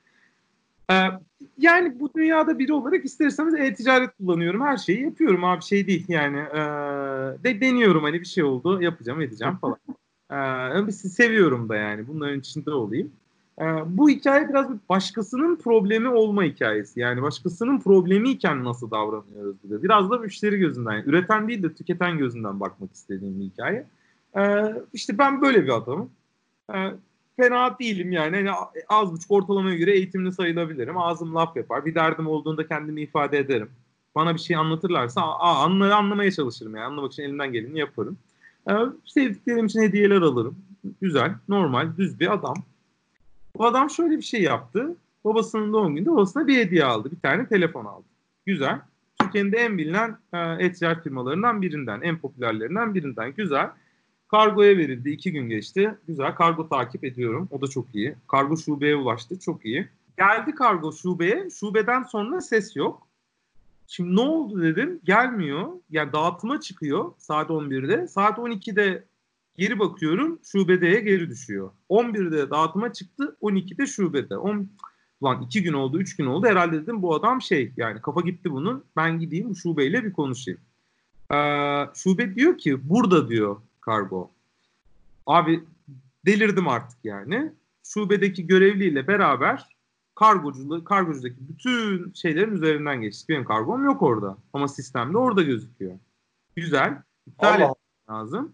B: Yani bu dünyada biri olarak isterseniz e-ticaret kullanıyorum. Her şeyi yapıyorum abi değil yani. Deniyorum hani bir şey oldu yapacağım edeceğim falan. Seviyorum da yani bunların içinde olayım. Bu hikaye biraz bir başkasının problemi olma hikayesi. Yani başkasının problemiyken nasıl davranıyoruz diye. Biraz da müşteri gözünden, yani üreten değil de tüketen gözünden bakmak istediğim bir hikaye. İşte ben böyle bir adamım. Fena değilim yani. Hani az buçuk ortalamaya göre eğitimli sayılabilirim. Ağzım laf yapar. Bir derdim olduğunda kendimi ifade ederim. Bana bir şey anlatırlarsa anlamaya çalışırım yani. Anlamak için elimden geleni yaparım. Sevdiklerim için hediyeler alırım. Güzel, normal, düz bir adam. Bu adam şöyle bir şey yaptı. Babasının doğum gününde babasına bir hediye aldı. Bir tane telefon aldı. Güzel. Türkiye'nin de en bilinen e-ticaret firmalarından birinden, en popülerlerinden birinden. Güzel. Kargoya verildi. 2 gün geçti. Güzel. Kargo takip ediyorum. O da çok iyi. Kargo şubeye ulaştı. Çok iyi. Geldi kargo şubeye. Şubeden sonra ses yok. Şimdi ne oldu dedim. Gelmiyor. Yani dağıtıma çıkıyor saat 11'de. Saat 12'de geri bakıyorum. Şubedeye geri düşüyor. 11'de dağıtıma çıktı. 12'de şubede. Ulan 2 gün oldu, 3 gün oldu. Herhalde dedim bu adam yani kafa gitti bunun. Ben gideyim bu şubeyle bir konuşayım. Şube diyor ki burada diyor kargo. Abi delirdim artık yani. Şubedeki görevliyle beraber kargocudaki bütün şeylerin üzerinden geçtik. Benim kargom yok orada. Ama sistemde orada gözüküyor. Güzel. İptal etmem lazım.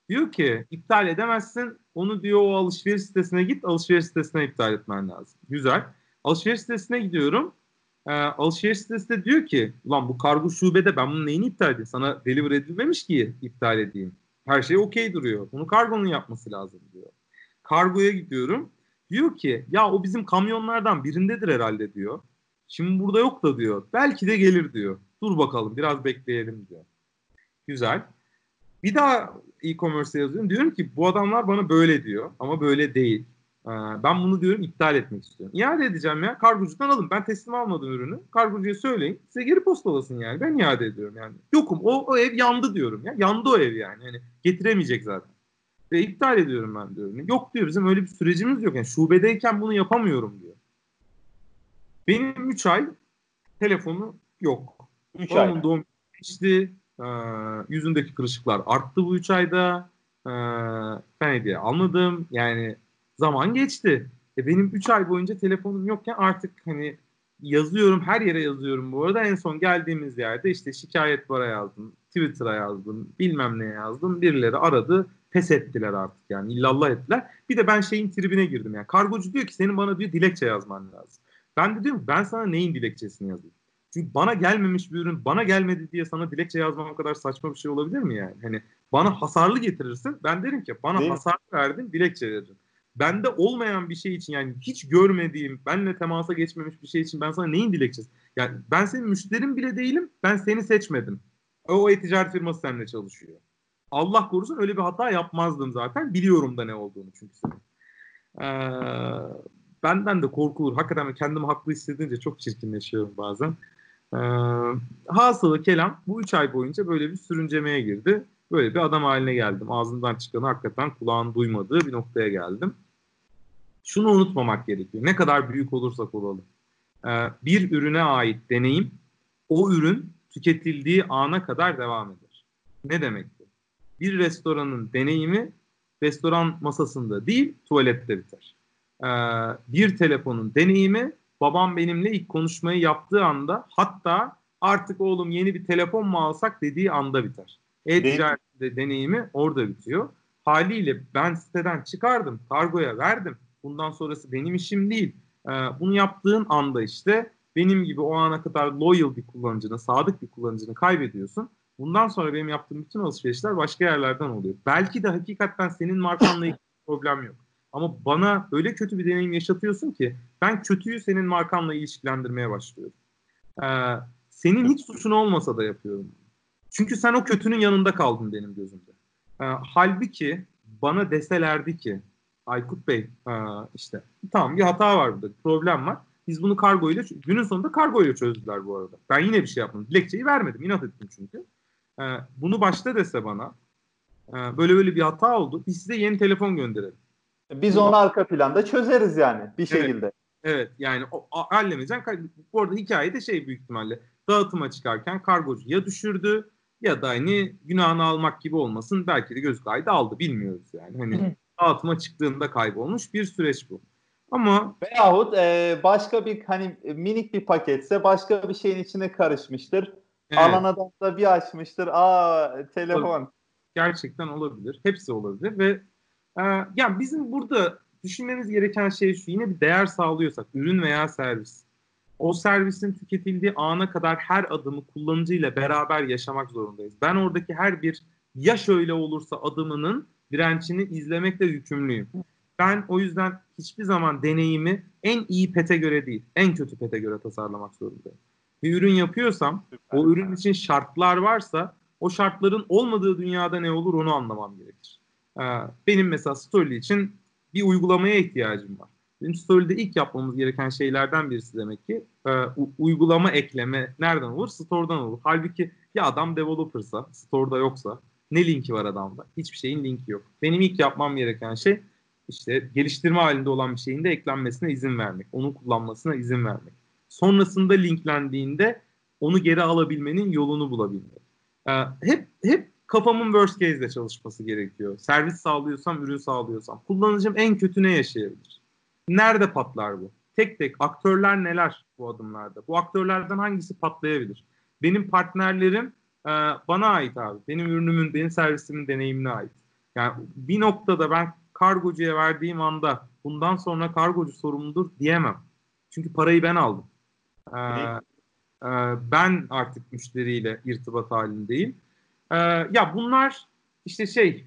B: Diyor ki iptal edemezsin. Onu diyor o alışveriş sitesine git. Alışveriş sitesine iptal etmen lazım. Güzel. Alışveriş sitesine gidiyorum. Alışveriş sitesi de diyor ki ulan bu kargo şubede ben bunun neyini iptal edeyim? Sana deliver edilmemiş ki iptal edeyim. Her şey okey duruyor. Bunu kargonun yapması lazım diyor. Kargoya gidiyorum. Diyor ki ya o bizim kamyonlardan birindedir herhalde diyor. Şimdi burada yok da diyor. Belki de gelir diyor. Dur bakalım biraz bekleyelim diyor. Güzel. Bir daha e-commerce'e yazıyorum. Diyorum ki bu adamlar bana böyle diyor ama böyle değil. Ben bunu diyorum iptal etmek istiyorum. İade edeceğim ya. Kargocudan alın. Ben teslim almadım ürünü. Kargocuya söyleyin. Size geri postalasın yani. Ben iade ediyorum yani. Yokum. O ev yandı diyorum ya. Yandı o ev yani. Yani getiremeyecek zaten. Ve iptal ediyorum ben diyorum. Yok diyor bizim öyle bir sürecimiz yok. Yani şubedeyken bunu yapamıyorum diyor. Benim 3 ay telefonu yok.
A: 3 ay.
B: Babamın doğum geçti. Yüzündeki kırışıklar arttı bu 3 ayda. Ben hediye almadım. Yani zaman geçti. Benim 3 ay boyunca telefonum yokken artık hani yazıyorum. Her yere yazıyorum bu arada. En son geldiğimiz yerde işte şikayet bara yazdım. Twitter'a yazdım. Bilmem neye yazdım. Birileri aradı. Pes ettiler artık yani. İllallah ettiler. Bir de ben şeyin tribine girdim yani. Kargocu diyor ki senin bana diyor dilekçe yazman lazım. Ben de diyorum ben sana neyin dilekçesini yazayım? Çünkü bana gelmemiş bir ürün bana gelmedi diye sana dilekçe yazmam kadar saçma bir şey olabilir mi yani? Hani bana hasarlı getirirsin. Ben derim ki bana
A: Değil mi?
B: hasar verdin dilekçe veririm. Bende olmayan bir şey için yani hiç görmediğim, benle temasa geçmemiş bir şey için ben sana neyin dilekçesi? Yani ben senin müşterin bile değilim. Ben seni seçmedim. O e-ticaret firması seninle çalışıyor. Allah korusun öyle bir hata yapmazdım zaten. Biliyorum da ne olduğunu çünkü senin. Benden de korkulur. Hakikaten kendimi haklı hissedince çok çirkinleşiyorum bazen. Ee, Hasılı kelam bu 3 ay boyunca böyle bir sürüncemeye girdi. Böyle bir adam haline geldim. Ağzından çıkanı hakikaten kulağın duymadığı bir noktaya geldim. Şunu unutmamak gerekiyor. Ne kadar büyük olursak olalım. Bir ürüne ait deneyim o ürün tüketildiği ana kadar devam eder. Ne demek bu? Bir restoranın deneyimi restoran masasında değil tuvalette biter. Bir telefonun deneyimi babam benimle ilk konuşmayı yaptığı anda hatta artık oğlum yeni bir telefon mu alsak dediği anda biter.
A: Değil mi?
B: E-ticaret deneyimi orada bitiyor. Haliyle ben siteden çıkardım, kargoya verdim. Bundan sonrası benim işim değil. Bunu yaptığın anda işte benim gibi o ana kadar loyal bir kullanıcını, sadık bir kullanıcını kaybediyorsun. Bundan sonra benim yaptığım bütün alışverişler başka yerlerden oluyor. Belki de hakikaten senin markanla ilgili bir problem yok. Ama bana öyle kötü bir deneyim yaşatıyorsun ki ben kötüyü senin markanla ilişkilendirmeye başlıyorum. Ee, Senin hiç suçun olmasa da yapıyorum. Çünkü sen o kötünün yanında kaldın benim gözümde. Halbuki bana deselerdi ki Aykut Bey işte tamam bir hata var burada, problem var. Biz bunu kargoyla, günün sonunda kargoyla çözdüler bu arada. Ben yine bir şey yapmadım. Dilekçeyi vermedim. İnat ettim çünkü. Bunu başta dese bana böyle böyle bir hata oldu. Biz size yeni telefon gönderelim.
A: Biz
B: Bu,
A: onu arka planda çözeriz yani bir
B: evet,
A: şekilde.
B: evet yani hallemeyeceksin. Bu arada hikayede şey büyük ihtimalle dağıtıma çıkarken kargocu ya düşürdü ya da hani günahını almak gibi olmasın belki de göz kaydı aldı bilmiyoruz yani. Hani dağıtıma çıktığında kaybolmuş bir süreç bu. Ama
A: Veyahut başka bir hani minik bir paketse başka bir şeyin içine karışmıştır. Alan
B: evet,
A: adam da bir açmıştır. Aa telefon.
B: gerçekten olabilir. Hepsi olabilir ve yani bizim burada düşünmemiz gereken şey şu. Yine bir değer sağlıyorsak ürün veya servis. O servisin tüketildiği ana kadar her adımı kullanıcıyla beraber yaşamak zorundayız. Ben oradaki her bir ya şöyle olursa adımının dirençini izlemekle yükümlüyüm. Ben o yüzden hiçbir zaman deneyimi en iyi pete göre değil, en kötü pete göre tasarlamak zorundayım. Bir ürün yapıyorsam,
A: Süper.
B: o ürün için şartlar varsa, o şartların olmadığı dünyada ne olur onu anlamam gerekir. Benim mesela Story için bir uygulamaya ihtiyacım var. Benim Story'de ilk yapmamız gereken şeylerden birisi demek ki uygulama ekleme nereden olur? Store'dan olur. Halbuki ya adam developer'sa, Store'da yoksa ne linki var adamda? Hiçbir şeyin linki yok. Benim ilk yapmam gereken şey işte geliştirme halinde olan bir şeyin de eklenmesine izin vermek. Onu kullanmasına izin vermek. Sonrasında linklendiğinde onu geri alabilmenin yolunu bulabilmek. Hep kafamın worst case ile çalışması gerekiyor. Servis sağlıyorsam, ürün sağlıyorsam. Kullanıcım en kötü ne yaşayabilir? Nerede patlar bu? Tek tek aktörler neler bu adımlarda? Bu aktörlerden hangisi patlayabilir? Benim partnerlerim bana ait abi. Benim ürünümün, benim servisimin deneyimine ait. Yani bir noktada ben kargocuya verdiğim anda bundan sonra kargocu sorumludur diyemem. Çünkü parayı ben aldım. Ee, Ben artık müşteriyle irtibat halindeyim. Ya bunlar işte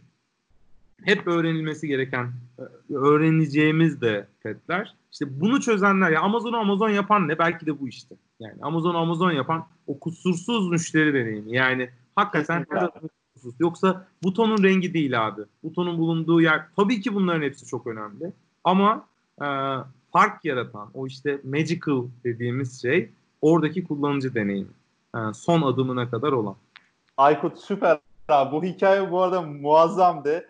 B: hep öğrenilmesi gereken, öğreneceğimiz de petler. İşte bunu çözenler, ya Amazon'u Amazon yapan ne? Belki de bu işte. Yani Amazon'u Amazon yapan o kusursuz müşteri deneyimi. Yani hakikaten
A: Kesinlikle abi.
B: kusursuz. Yoksa butonun rengi değil abi. Butonun bulunduğu yer. Tabii ki bunların hepsi çok önemli. Ama e, fark yaratan, o işte magical dediğimiz şey oradaki kullanıcı deneyimi. Son adımına kadar olan.
A: Aykut süper abi. Bu hikaye bu arada muazzamdı.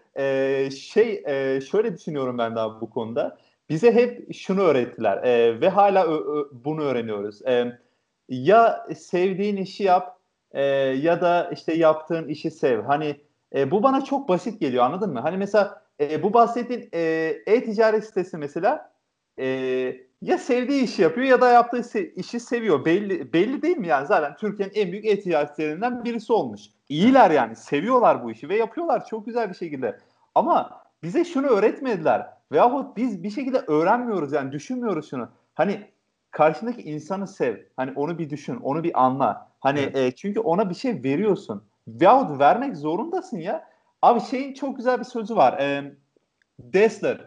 A: Şöyle düşünüyorum ben daha bu konuda. Bize hep şunu öğrettiler ve hala bunu öğreniyoruz. Ya sevdiğin işi yap ya da işte yaptığın işi sev. Hani bu bana çok basit geliyor, anladın mı? Hani mesela bu bahsettiğin e-ticaret sitesi mesela e, ya sevdiği işi yapıyor ya da yaptığı işi seviyor. Belli değil mi yani? Zaten Türkiye'nin en büyük e-ticaretlerinden birisi olmuş. İyiler yani. Seviyorlar bu işi ve yapıyorlar çok güzel bir şekilde. Ama bize şunu öğretmediler. Veyahut biz bir şekilde öğrenmiyoruz yani düşünmüyoruz şunu. Hani karşındaki insanı sev. Hani onu bir düşün, onu bir anla. Hani
B: Evet.
A: çünkü ona bir şey veriyorsun. Veyahut vermek zorundasın ya. Abi şeyin çok güzel bir sözü var. Dessler,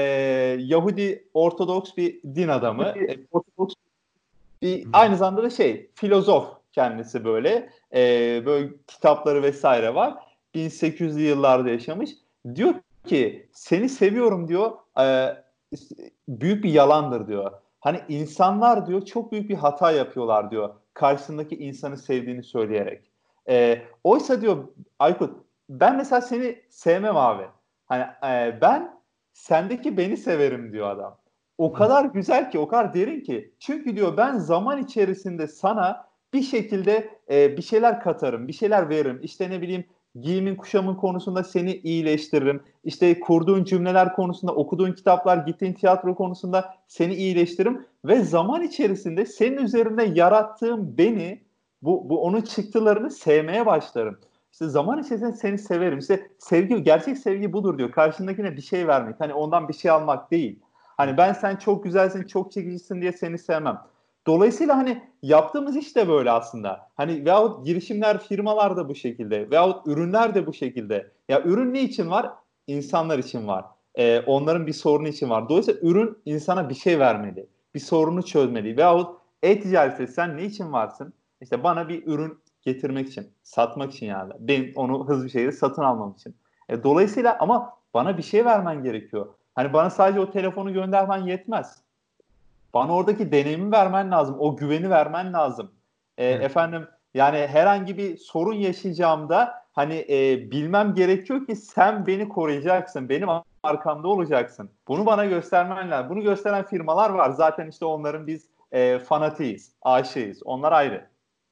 A: Yahudi Ortodoks bir din adamı. Ortodoks bir aynı zamanda da filozof kendisi böyle. Böyle kitapları vesaire var. 1800'lü yıllarda yaşamış. Diyor ki seni seviyorum diyor. Büyük bir yalandır diyor. Hani insanlar diyor çok büyük bir hata yapıyorlar diyor. Karşısındaki insanı sevdiğini söyleyerek. Oysa diyor Aykut, ben mesela seni sevmem abi. Hani ben sendeki beni severim diyor adam. O kadar güzel ki, o kadar derin ki. Çünkü diyor ben zaman içerisinde sana bir şekilde bir şeyler katarım, bir şeyler veririm. İşte ne bileyim giyimin kuşamın konusunda seni iyileştiririm. İşte kurduğun cümleler konusunda, okuduğun kitaplar, gittiğin tiyatro konusunda seni iyileştiririm. Ve zaman içerisinde senin üzerinde yarattığım beni, bu onun çıktılarını sevmeye başlarım. İşte zaman içerisinde seni severim. İşte sevgi, gerçek sevgi budur diyor. Karşındakine bir şey vermek. Hani ondan bir şey almak değil. Hani ben sen çok güzelsin, çok çekicisin diye seni sevmem. Dolayısıyla hani yaptığımız iş de böyle aslında. Hani veyahut girişimler, firmalar da bu şekilde. Veyahut ürünler de bu şekilde. Ya ürün ne için var? İnsanlar için var. Onların bir sorunu için var. Dolayısıyla ürün insana bir şey vermeli. Bir sorunu çözmeli. Veyahut e-ticarette sen ne için varsın? İşte bana bir ürün getirmek için, satmak için yani. Ben onu hızlı bir şekilde satın almam için. Dolayısıyla ama bana bir şey vermen gerekiyor. Hani bana sadece o telefonu göndermen yetmez. Bana oradaki deneyimi vermen lazım. O güveni vermen lazım.
B: Evet.
A: Efendim yani herhangi bir sorun yaşayacağımda hani bilmem gerekiyor ki sen beni koruyacaksın. Benim arkamda olacaksın. Bunu bana göstermen lazım. Bunu gösteren firmalar var. Zaten işte onların biz fanatiyiz, aşığıyız. Onlar ayrı.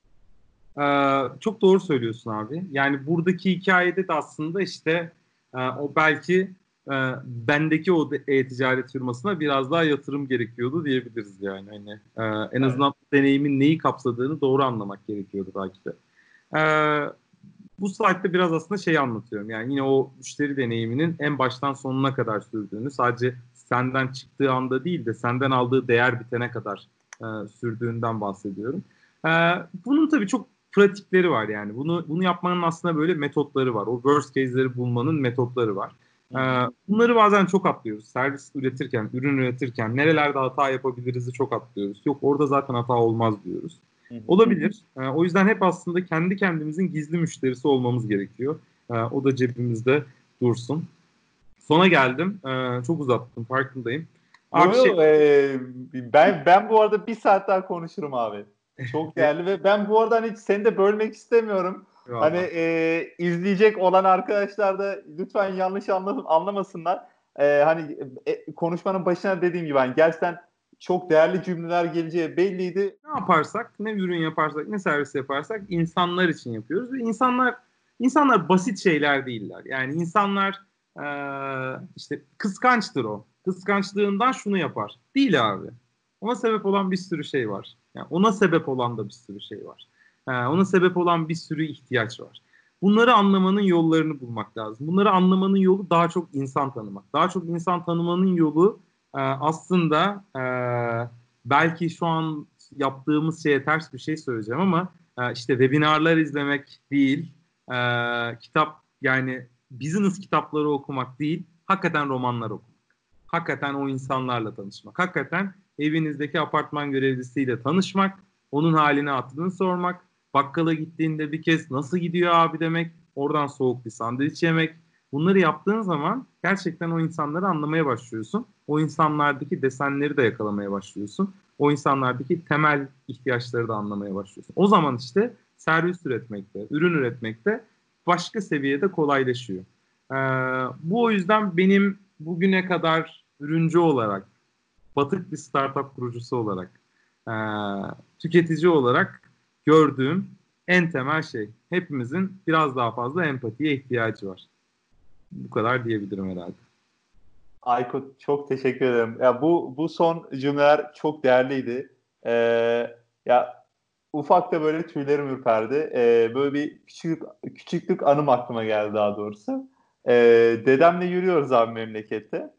B: Çok doğru söylüyorsun abi. Yani buradaki hikayede de aslında işte o belki bendeki o e-ticaret firmasına biraz daha yatırım gerekiyordu diyebiliriz yani. Hani en
A: Evet.
B: azından deneyimin neyi kapsadığını doğru anlamak gerekiyordu belki de. Bu slaytta biraz aslında anlatıyorum. Yani yine o müşteri deneyiminin en baştan sonuna kadar sürdüğünü, sadece senden çıktığı anda değil de senden aldığı değer bitene kadar sürdüğünden bahsediyorum. Bunun tabii çok pratikleri var yani. Bunu yapmanın aslında böyle metotları var. O worst case'leri bulmanın metotları var. Bunları bazen çok atlıyoruz. Servis üretirken, ürün üretirken nerelerde hata yapabiliriz'i çok atlıyoruz. Yok orada zaten hata olmaz diyoruz.
A: Hı hı.
B: Olabilir. O yüzden hep aslında kendi kendimizin gizli müşterisi olmamız gerekiyor. O da cebimizde dursun. Sona geldim. Çok uzattım, farkındayım.
A: Yo
B: Abi
A: yo ben bu arada bir saat daha konuşurum abi. Çok değerli ve ben bu arada hani seni de bölmek istemiyorum. Hani
B: eyvallah.
A: izleyecek olan arkadaşlar da lütfen yanlış anlamasınlar. Hani konuşmanın başına dediğim gibi hani gerçekten çok değerli cümleler geleceği belliydi.
B: Ne yaparsak, ne ürün yaparsak, ne servis yaparsak insanlar için yapıyoruz ve insanlar basit şeyler değiller. Yani insanlar işte kıskançtır o. Kıskançlığından şunu yapar. Değil abi. Ona sebep olan bir sürü şey var. Yani ona sebep olan da bir sürü şey var. Ona sebep olan bir sürü ihtiyaç var. Bunları anlamanın yollarını bulmak lazım. Bunları anlamanın yolu daha çok insan tanımak. Daha çok insan tanımanın yolu aslında belki şu an yaptığımız şeye ters bir şey söyleyeceğim ama işte webinarlar izlemek değil, kitap yani business kitapları okumak değil, hakikaten romanlar okumak. Hakikaten o insanlarla tanışmak. Hakikaten evinizdeki apartman görevlisiyle tanışmak, onun halini hatırını sormak, bakkala gittiğinde bir kez nasıl gidiyor abi demek, oradan soğuk bir sandviç yemek. Bunları yaptığın zaman gerçekten o insanları anlamaya başlıyorsun. O insanlardaki desenleri de yakalamaya başlıyorsun. O insanlardaki temel ihtiyaçları da anlamaya başlıyorsun. O zaman işte servis üretmekte, ürün üretmekte başka seviyede kolaylaşıyor. Bu o yüzden benim bugüne kadar ürüncü olarak, batık bir startup kurucusu olarak, tüketici olarak gördüğüm en temel şey. Hepimizin biraz daha fazla empatiye ihtiyacı var. Bu kadar diyebilirim herhalde.
A: Aykut, çok teşekkür ederim. Ya bu son cümleler çok değerliydi. Ya ufak da böyle tüylerim ürperdi. Böyle bir küçüklük anım aklıma geldi daha doğrusu. Dedemle yürüyoruz abi memlekette.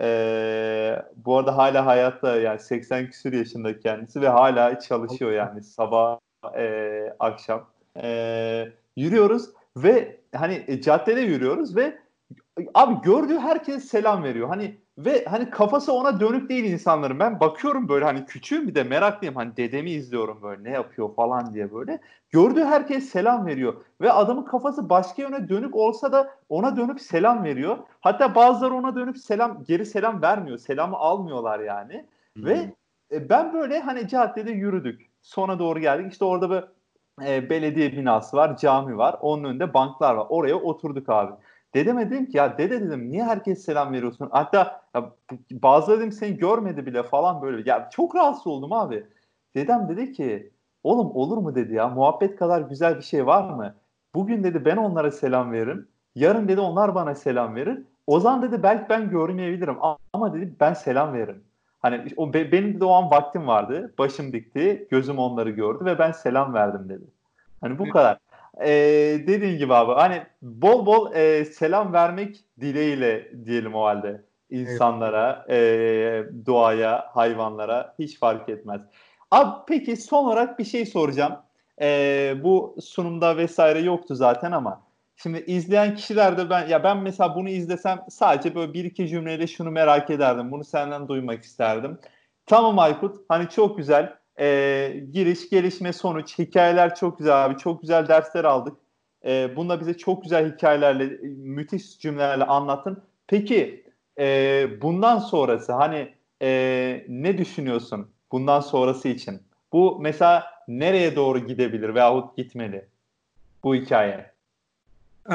A: Bu arada hala hayatta, yani 80 küsur yaşında kendisi ve hala çalışıyor yani sabah akşam. Yürüyoruz ve hani caddede yürüyoruz ve abi gördüğü herkes selam veriyor. Hani ve hani kafası ona dönük değil insanların. Ben bakıyorum böyle, hani küçüğüm bir de meraklıyım. Hani dedemi izliyorum böyle ne yapıyor falan diye böyle. Gördüğü herkes selam veriyor. Ve adamın kafası başka yöne dönük olsa da ona dönüp selam veriyor. Hatta bazıları ona dönüp geri selam vermiyor. Selamı almıyorlar yani. Ve ben böyle hani caddede yürüdük. Sona doğru geldik. İşte orada bir belediye binası var, cami var. Onun önünde banklar var. Oraya oturduk abi. Dedeme dedim ki, ya dede dedim, niye herkes selam veriyorsun? Hatta ya, bazıları dedim seni görmedi bile falan böyle. Ya çok rahatsız oldum abi. Dedem dedi ki, oğlum olur mu dedi ya, muhabbet kadar güzel bir şey var mı? Bugün dedi ben onlara selam veririm. Yarın dedi onlar bana selam verir. O zaman dedi belki ben görmeyebilirim ama dedi ben selam veririm. Hani benim de o an vaktim vardı. Başım dikti. Gözüm onları gördü ve ben selam verdim dedi. Hani bu kadar. Dediğin gibi abi, hani bol bol selam vermek dileğiyle diyelim o halde.
B: Evet.
A: İnsanlara, doğaya, hayvanlara hiç fark etmez. Abi peki son olarak bir şey soracağım. Bu sunumda vesaire yoktu zaten ama şimdi izleyen kişiler de, ben mesela bunu izlesem sadece böyle bir iki cümleyle şunu merak ederdim. Bunu senden duymak isterdim. Tamam Aykut, hani çok güzel. Giriş, gelişme, sonuç, hikayeler çok güzel abi. Çok güzel dersler aldık. Bunda bize çok güzel hikayelerle, müthiş cümlelerle anlattın. Peki bundan sonrası hani ne düşünüyorsun bundan sonrası için? Bu mesela nereye doğru gidebilir veyahut gitmeli bu hikaye?
B: Ee,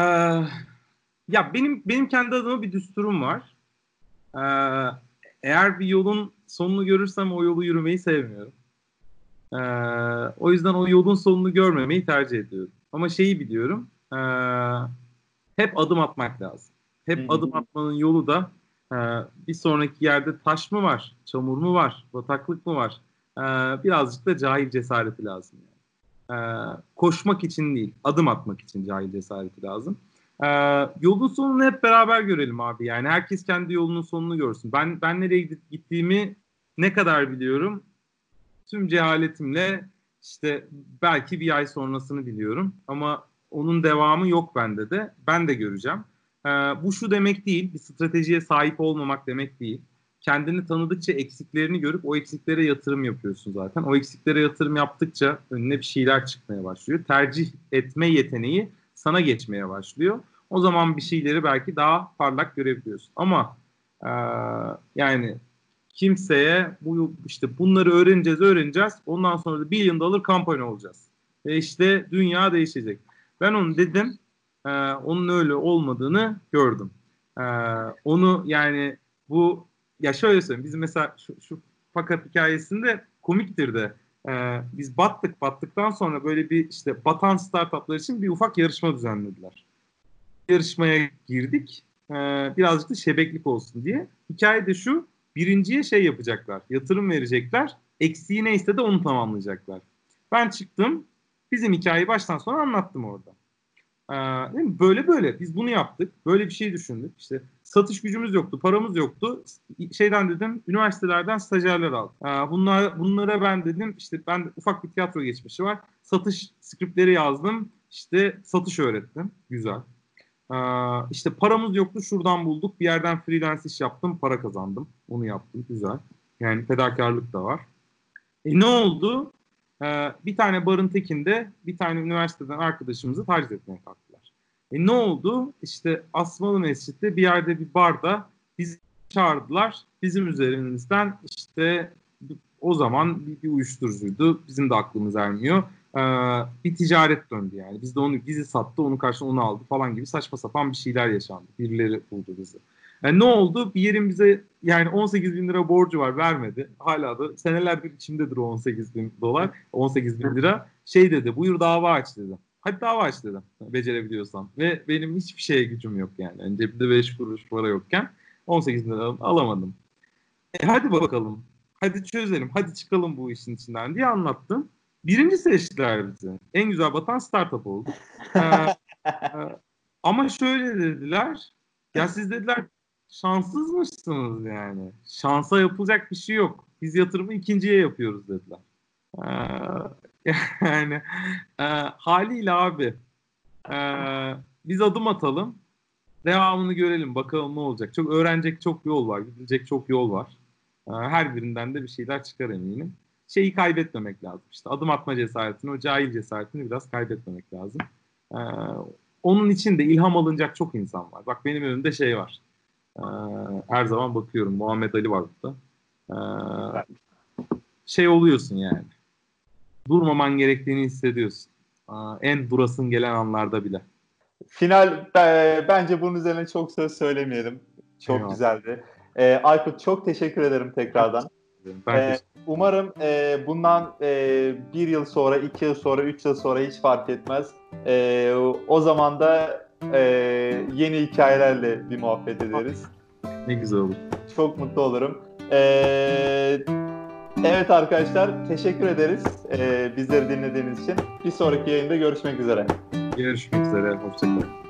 B: Ya benim kendi adıma bir düsturum var. Ee, Eğer bir yolun sonunu görürsem o yolu yürümeyi sevmiyorum. Ee, O yüzden o yolun sonunu görmemeyi tercih ediyorum. Ama şeyi biliyorum. Hep adım atmak lazım.
A: Hı
B: Hep
A: hı.
B: adım atmanın yolu da e, bir sonraki yerde taş mı var, çamur mu var, bataklık mı var? Birazcık da cahil cesareti lazım. Koşmak için değil, adım atmak için cahil cesareti lazım. Yolun sonunu hep beraber görelim abi. Yani herkes kendi yolunun sonunu görsün. Ben nereye gittiğimi ne kadar biliyorum? Tüm cehaletimle işte belki bir ay sonrasını biliyorum. Ama onun devamı yok bende de. Ben de göreceğim. Bu şu demek değil, bir stratejiye sahip olmamak demek değil. Kendini tanıdıkça eksiklerini görüp o eksiklere yatırım yapıyorsun zaten. O eksiklere yatırım yaptıkça önüne bir şeyler çıkmaya başlıyor. Tercih etme yeteneği sana geçmeye başlıyor. O zaman bir şeyleri belki daha parlak görebiliyorsun. Ama e, yani kimseye bu işte bunları öğreneceğiz. Ondan sonra da billion dollar company olacağız. Ve işte dünya değişecek. Ben onu dedim. Onun öyle olmadığını gördüm. E, Onu yani bu ya şöyle söyleyeyim. Bizim mesela şu fakat hikayesinde komiktir de biz battık. Battıktan sonra böyle bir işte batan startuplar için bir ufak yarışma düzenlediler. Yarışmaya girdik. Birazcık da şebeklik olsun diye. Hikaye de şu. Birinciye şey yapacaklar. Yatırım verecekler. Eksiği neyse de onu tamamlayacaklar. Ben çıktım. Bizim hikayeyi baştan sona anlattım orada. Değil mi? Böyle biz bunu yaptık. Böyle bir şey düşündük. İşte satış gücümüz yoktu, paramız yoktu. Şeyden dedim, üniversitelerden stajyerler aldım. Bunlara ben dedim, işte ben ufak bir tiyatro geçmişi var. Satış skriptleri yazdım. İşte satış öğrettim. Güzel. İşte paramız yoktu, şuradan bulduk. Bir yerden freelance iş yaptım, para kazandım. Onu yaptım, güzel. Yani fedakarlık da var. Ne oldu? Bir tane barın tekinde bir tane üniversiteden arkadaşımızı taciz etmeye kalktılar. Ne oldu? İşte Asmalı Mescid'de bir yerde bir barda bizi çağırdılar. Bizim üzerimizden işte o zaman bir uyuşturucuydu. Bizim de aklımız ermiyor. Bir ticaret döndü yani. Biz de onu bizi sattı, onun karşılığında onu aldı falan gibi saçma sapan bir şeyler yaşandı. Birileri buldu bizi. Ne oldu? Bir yerin bize yani 18 bin lira borcu var, vermedi. Hala da senelerdir içimdedir o 18 bin dolar, 18 bin lira. Şey dedi, buyur dava aç dedi. Hadi dava aç dedim, becerebiliyorsan. Ve benim hiçbir şeye gücüm yok yani. Yani cebimde 5 kuruş para yokken 18 bin lira alamadım. Hadi bakalım, hadi çözelim, hadi çıkalım bu işin içinden diye anlattım. Birinci seçtiler bizi. En güzel batan startup oldu. Ama şöyle dediler, ya siz dediler şanssızmışsınız yani. Şansa yapılacak bir şey yok. Biz yatırımı ikinciye yapıyoruz dediler. Yani haliyle abi biz adım atalım. Devamını görelim. Bakalım ne olacak. Çok öğrenecek çok yol var. Gidilecek çok yol var. Her birinden de bir şeyler çıkar eminim. Şeyi kaybetmemek lazım. İşte adım atma cesaretini, o cahil cesaretini biraz kaybetmemek lazım. Ee, Onun için de ilham alınacak çok insan var. Bak benim önümde şey var. Her zaman bakıyorum. Muhammed Ali var burada. Şey oluyorsun yani. Durmaman gerektiğini hissediyorsun. En durasın gelen anlarda bile.
A: Final, bence bunun üzerine çok söz söylemeyelim. Çok
B: Eyvallah.
A: güzeldi. Aykut, çok teşekkür ederim tekrardan. Umarım bundan 1 yıl sonra, 2 yıl sonra, 3 yıl sonra hiç fark etmez. O zaman da yeni hikayelerle bir muhabbet ederiz.
B: Ne güzel olur.
A: Çok mutlu olurum. Evet arkadaşlar, teşekkür ederiz bizleri dinlediğiniz için. Bir sonraki yayında görüşmek üzere.
B: Görüşmek üzere. Hoşçakalın.